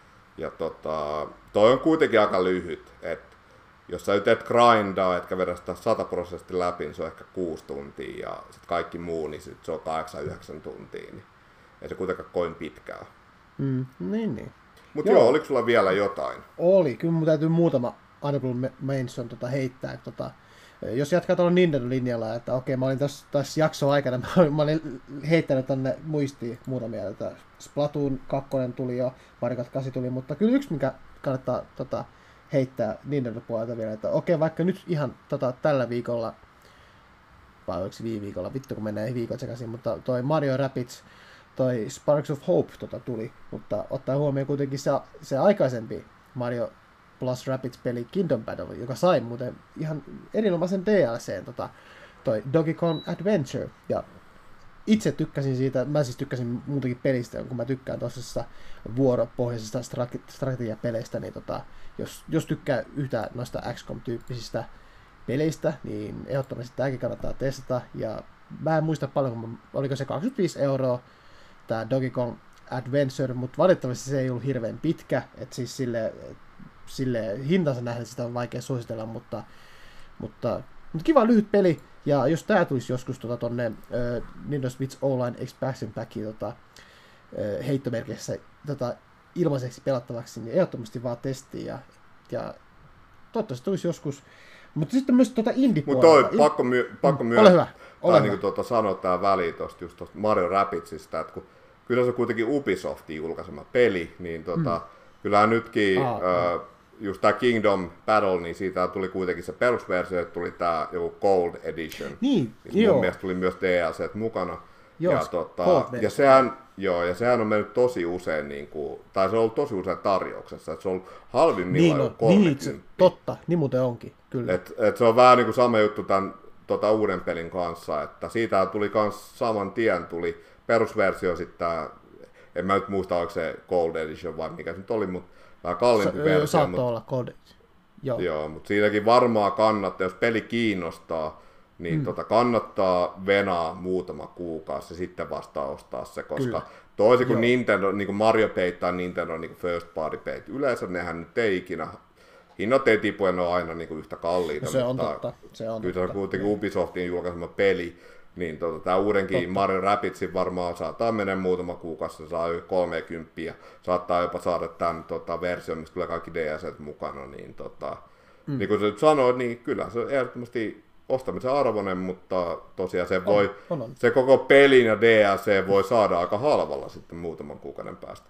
toi on kuitenkin aika lyhyt, että jos sä nyt et grindaa, etkä vedä sitä 100% läpi, niin se on ehkä 6 tuntia, ja sit kaikki muu, niin sit se on 8-9 tuntia, niin ei se kuitenkaan kovin pitkää. Niin. Mutta joo, oliko sulla vielä jotain? Oli, kyllä mun täytyy muutama honorable mention heittää. Jos jatkaa tuolla Nintendo-linjalla, että okei, mä olin tässä jakson aikana, mä olin heittänyt tänne muistiin muutamia, että Splatoon 2 tuli jo, Mario Kart 8 tuli, mutta kyllä yksi, mikä kannattaa heittää Nintendo-puolelta vielä, että okei, vaikka nyt ihan tällä viikolla, vai oliko viime viikolla, vittu kun menee viikot sekaisin, mutta toi Mario Rabbids, toi Sparks of Hope toi, mutta ottaa huomioon kuitenkin se aikaisempi Mario plus Rabbids-peli Kingdom Battle, joka sai muuten ihan erinomaisen DLCn, toi Donkey Kong Adventure, ja itse tykkäsin siitä, mä siis tykkäsin muutakin pelistä, kun mä tykkään tuossa vuoropohjaisista strategiapeleistä, niin jos tykkää yhtään noista XCOM-tyyppisistä peleistä, niin ehdottomasti tämäkin kannattaa testata, ja mä en muista paljon, oliko se 25 €, tää Donkey Kong Adventure, mutta valitettavasti se ei ollut hirveän pitkä, että siis sille hintansa nähden sitä on vaikea suositella, mutta kiva lyhyt peli, ja jos tää tulisi joskus tonne Nintendo Switch Online Expansion Packiin heittomerkissä ilmaiseksi pelattavaksi, niin ehdottomasti vaan testiin, ja toivottavasti tulisi joskus. Mutta sitten myös indie-puolella. Mutta pakko myös ole hyvä. Niin sanoa tää väliin tuosta Mario Rabbidsista, että kun kyllä se kuitenkin Ubisoftin julkaisema peli, niin kyllähän nytkin just tää Kingdom Battle, niin siitä tuli kuitenkin se perusversio, että tuli tää joku Gold Edition. Niin, mun mielestä tuli myös DLCt mukana. Ja sehän on mennyt tosi usein, tai se on ollut tosi usein tarjouksessa, että se on ollut halvimmillaan joku 30. Niin, totta, niin muuten onkin, kyllä. Et se on vähän niin kuin sama juttu tämän uuden pelin kanssa, että siitä tuli kans saman tien, tuli perusversio sitten, en mä nyt muista, oliko se Gold Edition vai mikä se nyt oli, mutta vähän kalliimpi versio. Saattoi olla Gold Edition. Joo, mutta siinäkin varmaan kannattaa, jos peli kiinnostaa, niin kannattaa venaa muutama kuukausi ja sitten vasta ostaa se, koska toisin kuin Nintendo, niin kuin Mario Pay tai Nintendo niin kuin First Party Pay, yleensä nehän nyt ei ikinä, hinnat ei tipu ja ne on aina niin kuin yhtä kalliita, se on totta. Se on kyllä se on kuitenkin Ubisoftin julkaisema peli, niin tämä uudenkin Mario Rabidsin varmaan saattaa mennä muutama kuukausi, se saa 30 ja saattaa jopa saada tämän version, mistä tulee kaikki DLCt mukana, niin niin kuin sä sanoit, niin kyllä se on ehdottomasti ostamisen arvoinen, mutta tosiaan se voi, se koko pelin ja DLC voi saada aika halvalla sitten muutaman kuukauden päästä.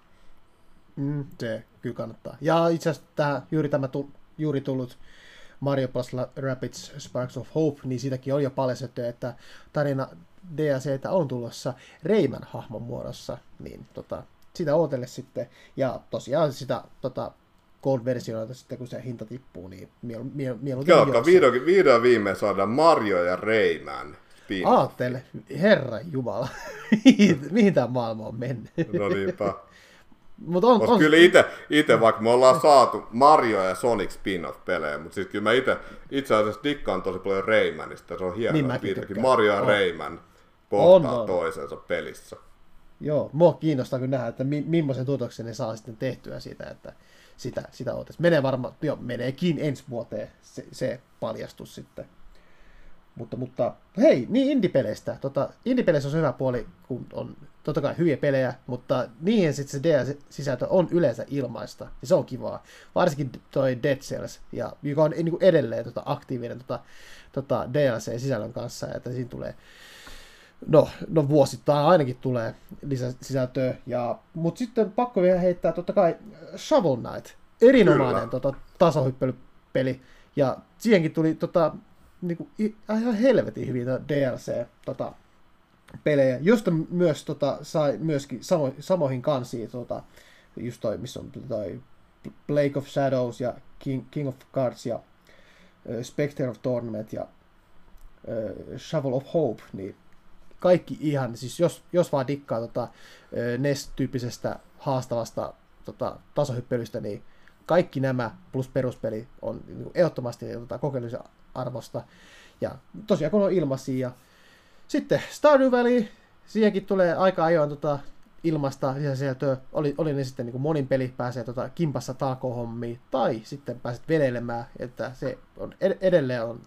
Se kyllä kannattaa. Ja itse asiassa juuri tullut Mario Plus Rabbids Sparks of Hope, niin siitäkin on jo paljastettu, että tarina DLCtä on tulossa Rayman hahmon muodossa, niin sitä ootelle sitten, ja tosiaan sitä Gold-versioita sitten, kun se hinta tippuu, niin mieluiten vihdoin viimein saadaan Mario ja Rayman. Aattele, herra jumala, mihin tämä maailma on mennyt. No niinpä. Mutta on kyllä itse, vaikka me ollaan saatu Mario ja Sonic spin-off-pelejä, mutta siis kyllä mä itse asiassa dikkaan tosi paljon Raymanista, se on hienoa, että vihdoinkin Mario ja Rayman kohtaa toisensa pelissä. Joo, mua kiinnostaa kyllä nähdä, että millaisen tuotoksen ne saa sitten tehtyä siitä, että sitä otetaan. Meneekin ensi vuoteen se paljastus sitten. Mutta hei, niin indie-peleistä. Indie-peleissä on se hyvä puoli, kun on totta kai hyviä pelejä, mutta niihin sitten se DLC-sisältö on yleensä ilmaista, ja se on kivaa. Varsinkin toi Dead Cells, joka on niin kuin edelleen aktiivinen DLC-sisällön kanssa, että siinä tulee, no vuosittain ainakin tulee lisäsisältöä, mutta sitten pakko vielä heittää totta kai Shovel Knight, erinomainen tasohyppelypeli, ja siihenkin tuli niinku ihan helvetin hyviä DLC-pelejä, josta myös sai myöskin samoihin kansiin just toi, missä on toi Plague of Shadows ja King of Cards ja Spectre of Torment ja Shovel of Hope, niin kaikki ihan, siis jos vaan dikkaa NES-tyyppisestä haastavasta tasohyppelystä, niin kaikki nämä plus peruspeli on ehdottomasti kokeellisen arvosta. Ja tosiaan kun on ilmaisia. Ja sitten Stardew Valley, siihenkin tulee aika ajoin ilmasta lisäsieltöä. Oli ne sitten niin monin peli, pääsee kimpassa talkohommiin, tai sitten pääset veleilemään, että se on edelleen on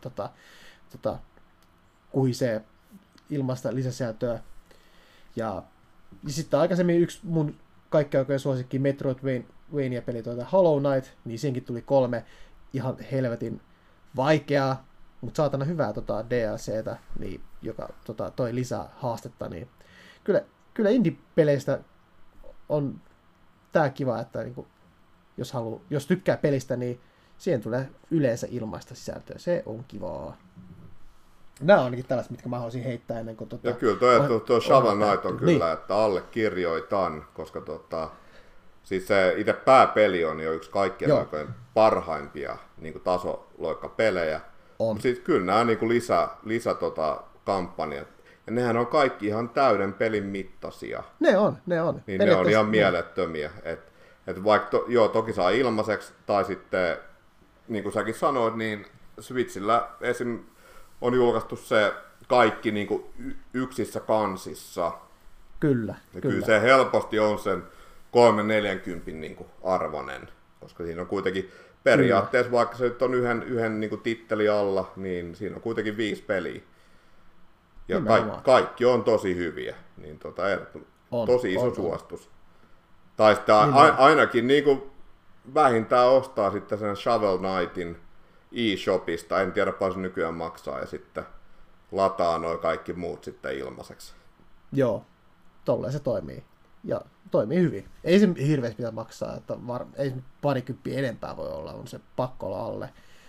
kuhisee ilmasta lisäsieltöä. Ja sitten aikaisemmin yksi mun kaikki oikein suosikki Metroidvania-peli Hollow Knight, niin siihenkin tuli 3 ihan helvetin vaikeaa, mutta saatana hyvää DLCtä, niin, joka toi lisää haastetta, niin kyllä indie-peleistä on tää kiva, että niinku, jos tykkää pelistä, niin siihen tulee yleensä ilmaista sisältöä. Se on kivaa. Nämä on ainakin tällaiset, mitkä mä haluaisin heittää ennen kuin... Ja kyllä tuo Shovel Knight on kyllä, niin. Että allekirjoitan, koska siis se itse pääpeli on jo yksi kaikkien aikojen parhaimpia niin tasoloikkapelejä. Sitten kyllä nämä niin lisä kampanjat, ja nehän on kaikki ihan täyden pelin mittaisia. Ne on. Niin ne on ihan mielettömiä. Et vaikka toki saa ilmaiseksi, tai sitten, niin kuin säkin sanoit, niin Switchillä esim. On julkaistu se kaikki niin kuin yksissä kansissa. Kyllä. Kyllä se helposti on sen 340 niin kuin arvoinen, koska siinä on kuitenkin periaatteessa, vaikka se nyt on yhden niin kuin titteli alla, niin siinä on kuitenkin 5 peliä. Ja kaikki on tosi hyviä, niin tosi iso suostus. Tai sitten ainakin niin kuin vähintään ostaa sitten sen Shovel Knightin eShopista, en tiedä paljon se nykyään maksaa, ja sitten lataa noi kaikki muut sitten ilmaiseksi. Joo, tolleen se toimii. Ja toimii hyvin. Ei se hirveästi pitää maksaa, että ei se parikymppiä enempää voi olla, on se pakko olla alle.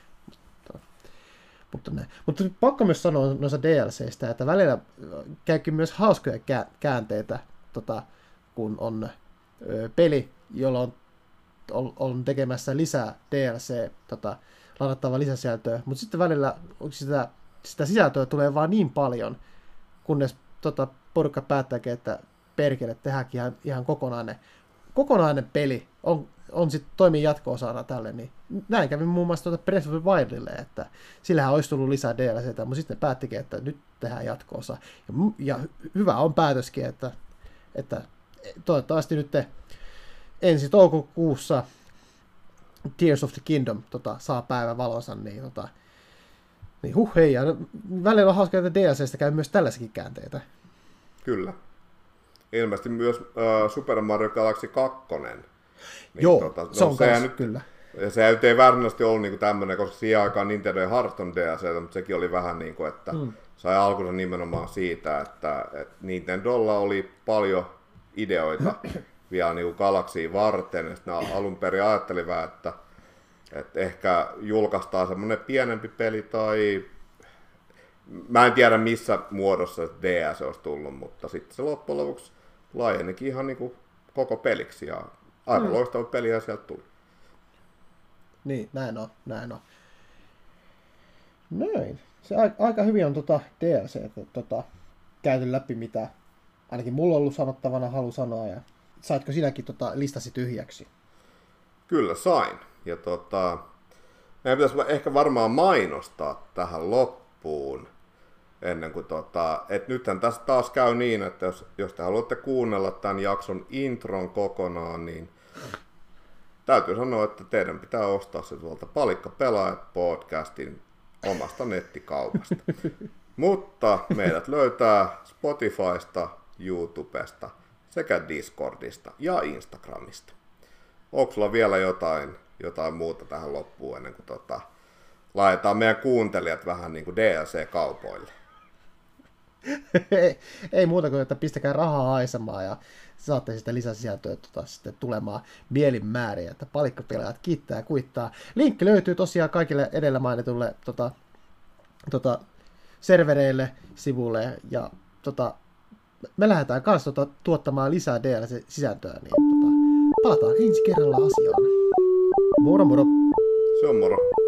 Mutta pakko myös sanoa noissa DLCistä, että välillä käykin myös hauskoja käänteitä, kun on peli, jolla on tekemässä lisää DLC, ladattavaa lisäsisältöä, mutta sitten välillä sitä sisältöä tulee vaan niin paljon, kunnes porukka päättääkin, että perkele, tehdäänkin ihan kokonainen peli. on sitten toimii jatko-osana tälle, niin näin kävi muun muassa tuota Breath of the Wildille, että sillähän olisi tullut lisää DLCtä, mutta sitten ne päättikin, että nyt tehdään jatko-osa. Ja hyvä on päätöskin, että toivottavasti nyt ensi toukokuussa Tears of the Kingdom saa päivän valonsa, niin hei, ja välillä on hauska, että DLCstä käy myös tällaisikin käänteitä. Kyllä. Ilmeisesti myös Super Mario Galaxy 2. Niin joo, se on kanssa, kyllä. Ja se ei varsinaisesti ollut niinku tämmöinen, koska siihen aikaan Nintendo ei harjoittanut DLC, mutta sekin oli vähän niin kuin, että sai alkunsa nimenomaan siitä, että Nintendolla oli paljon ideoita vielä niinku Galaxyin varten, ja sitten alun perin ajatteli vähän, että ehkä julkaistaan semmoinen pienempi peli, tai mä en tiedä missä muodossa DS olisi tullut, mutta sitten se loppujen lopuksi laajenikin ihan niinku koko peliksi, ja aivan loistava peli, ja sieltä tuli. Niin, näin on. Noin. Se aika hyvin on DLC käyty läpi, mitä ainakin mulla on ollut sanottavana, halu sanoa, ja saitko sinäkin listasi tyhjäksi? Kyllä sain. Ja meidän pitäisi ehkä varmaan mainostaa tähän loppuun, ennen kuin että nythän tässä taas käy niin, että jos te haluatte kuunnella tämän jakson intron kokonaan, niin täytyy sanoa, että teidän pitää ostaa se tuolta Palikka Pelaajat podcastin omasta nettikaupasta. Mutta meidät löytää Spotifysta, YouTubesta sekä Discordista ja Instagramista. Onko sulla vielä jotain muuta tähän loppuun ennen kuin laitetaan meidän kuuntelijat vähän niin kuin DLC-kaupoille? Ei muuta kuin, että pistäkää rahaa haisemaan ja saatte sitä lisäsisältöä sitten tulemaan mielin määrin, että Palikkapelaajat kiittää ja kuittaa. Linkki löytyy tosiaan kaikille edellä mainitulle servereille, sivuille, ja me lähdetään kanssa tuottamaan lisää DLC-sisältöä, niin palataan ensi kerralla asiaan. Moro moro! Se on moro!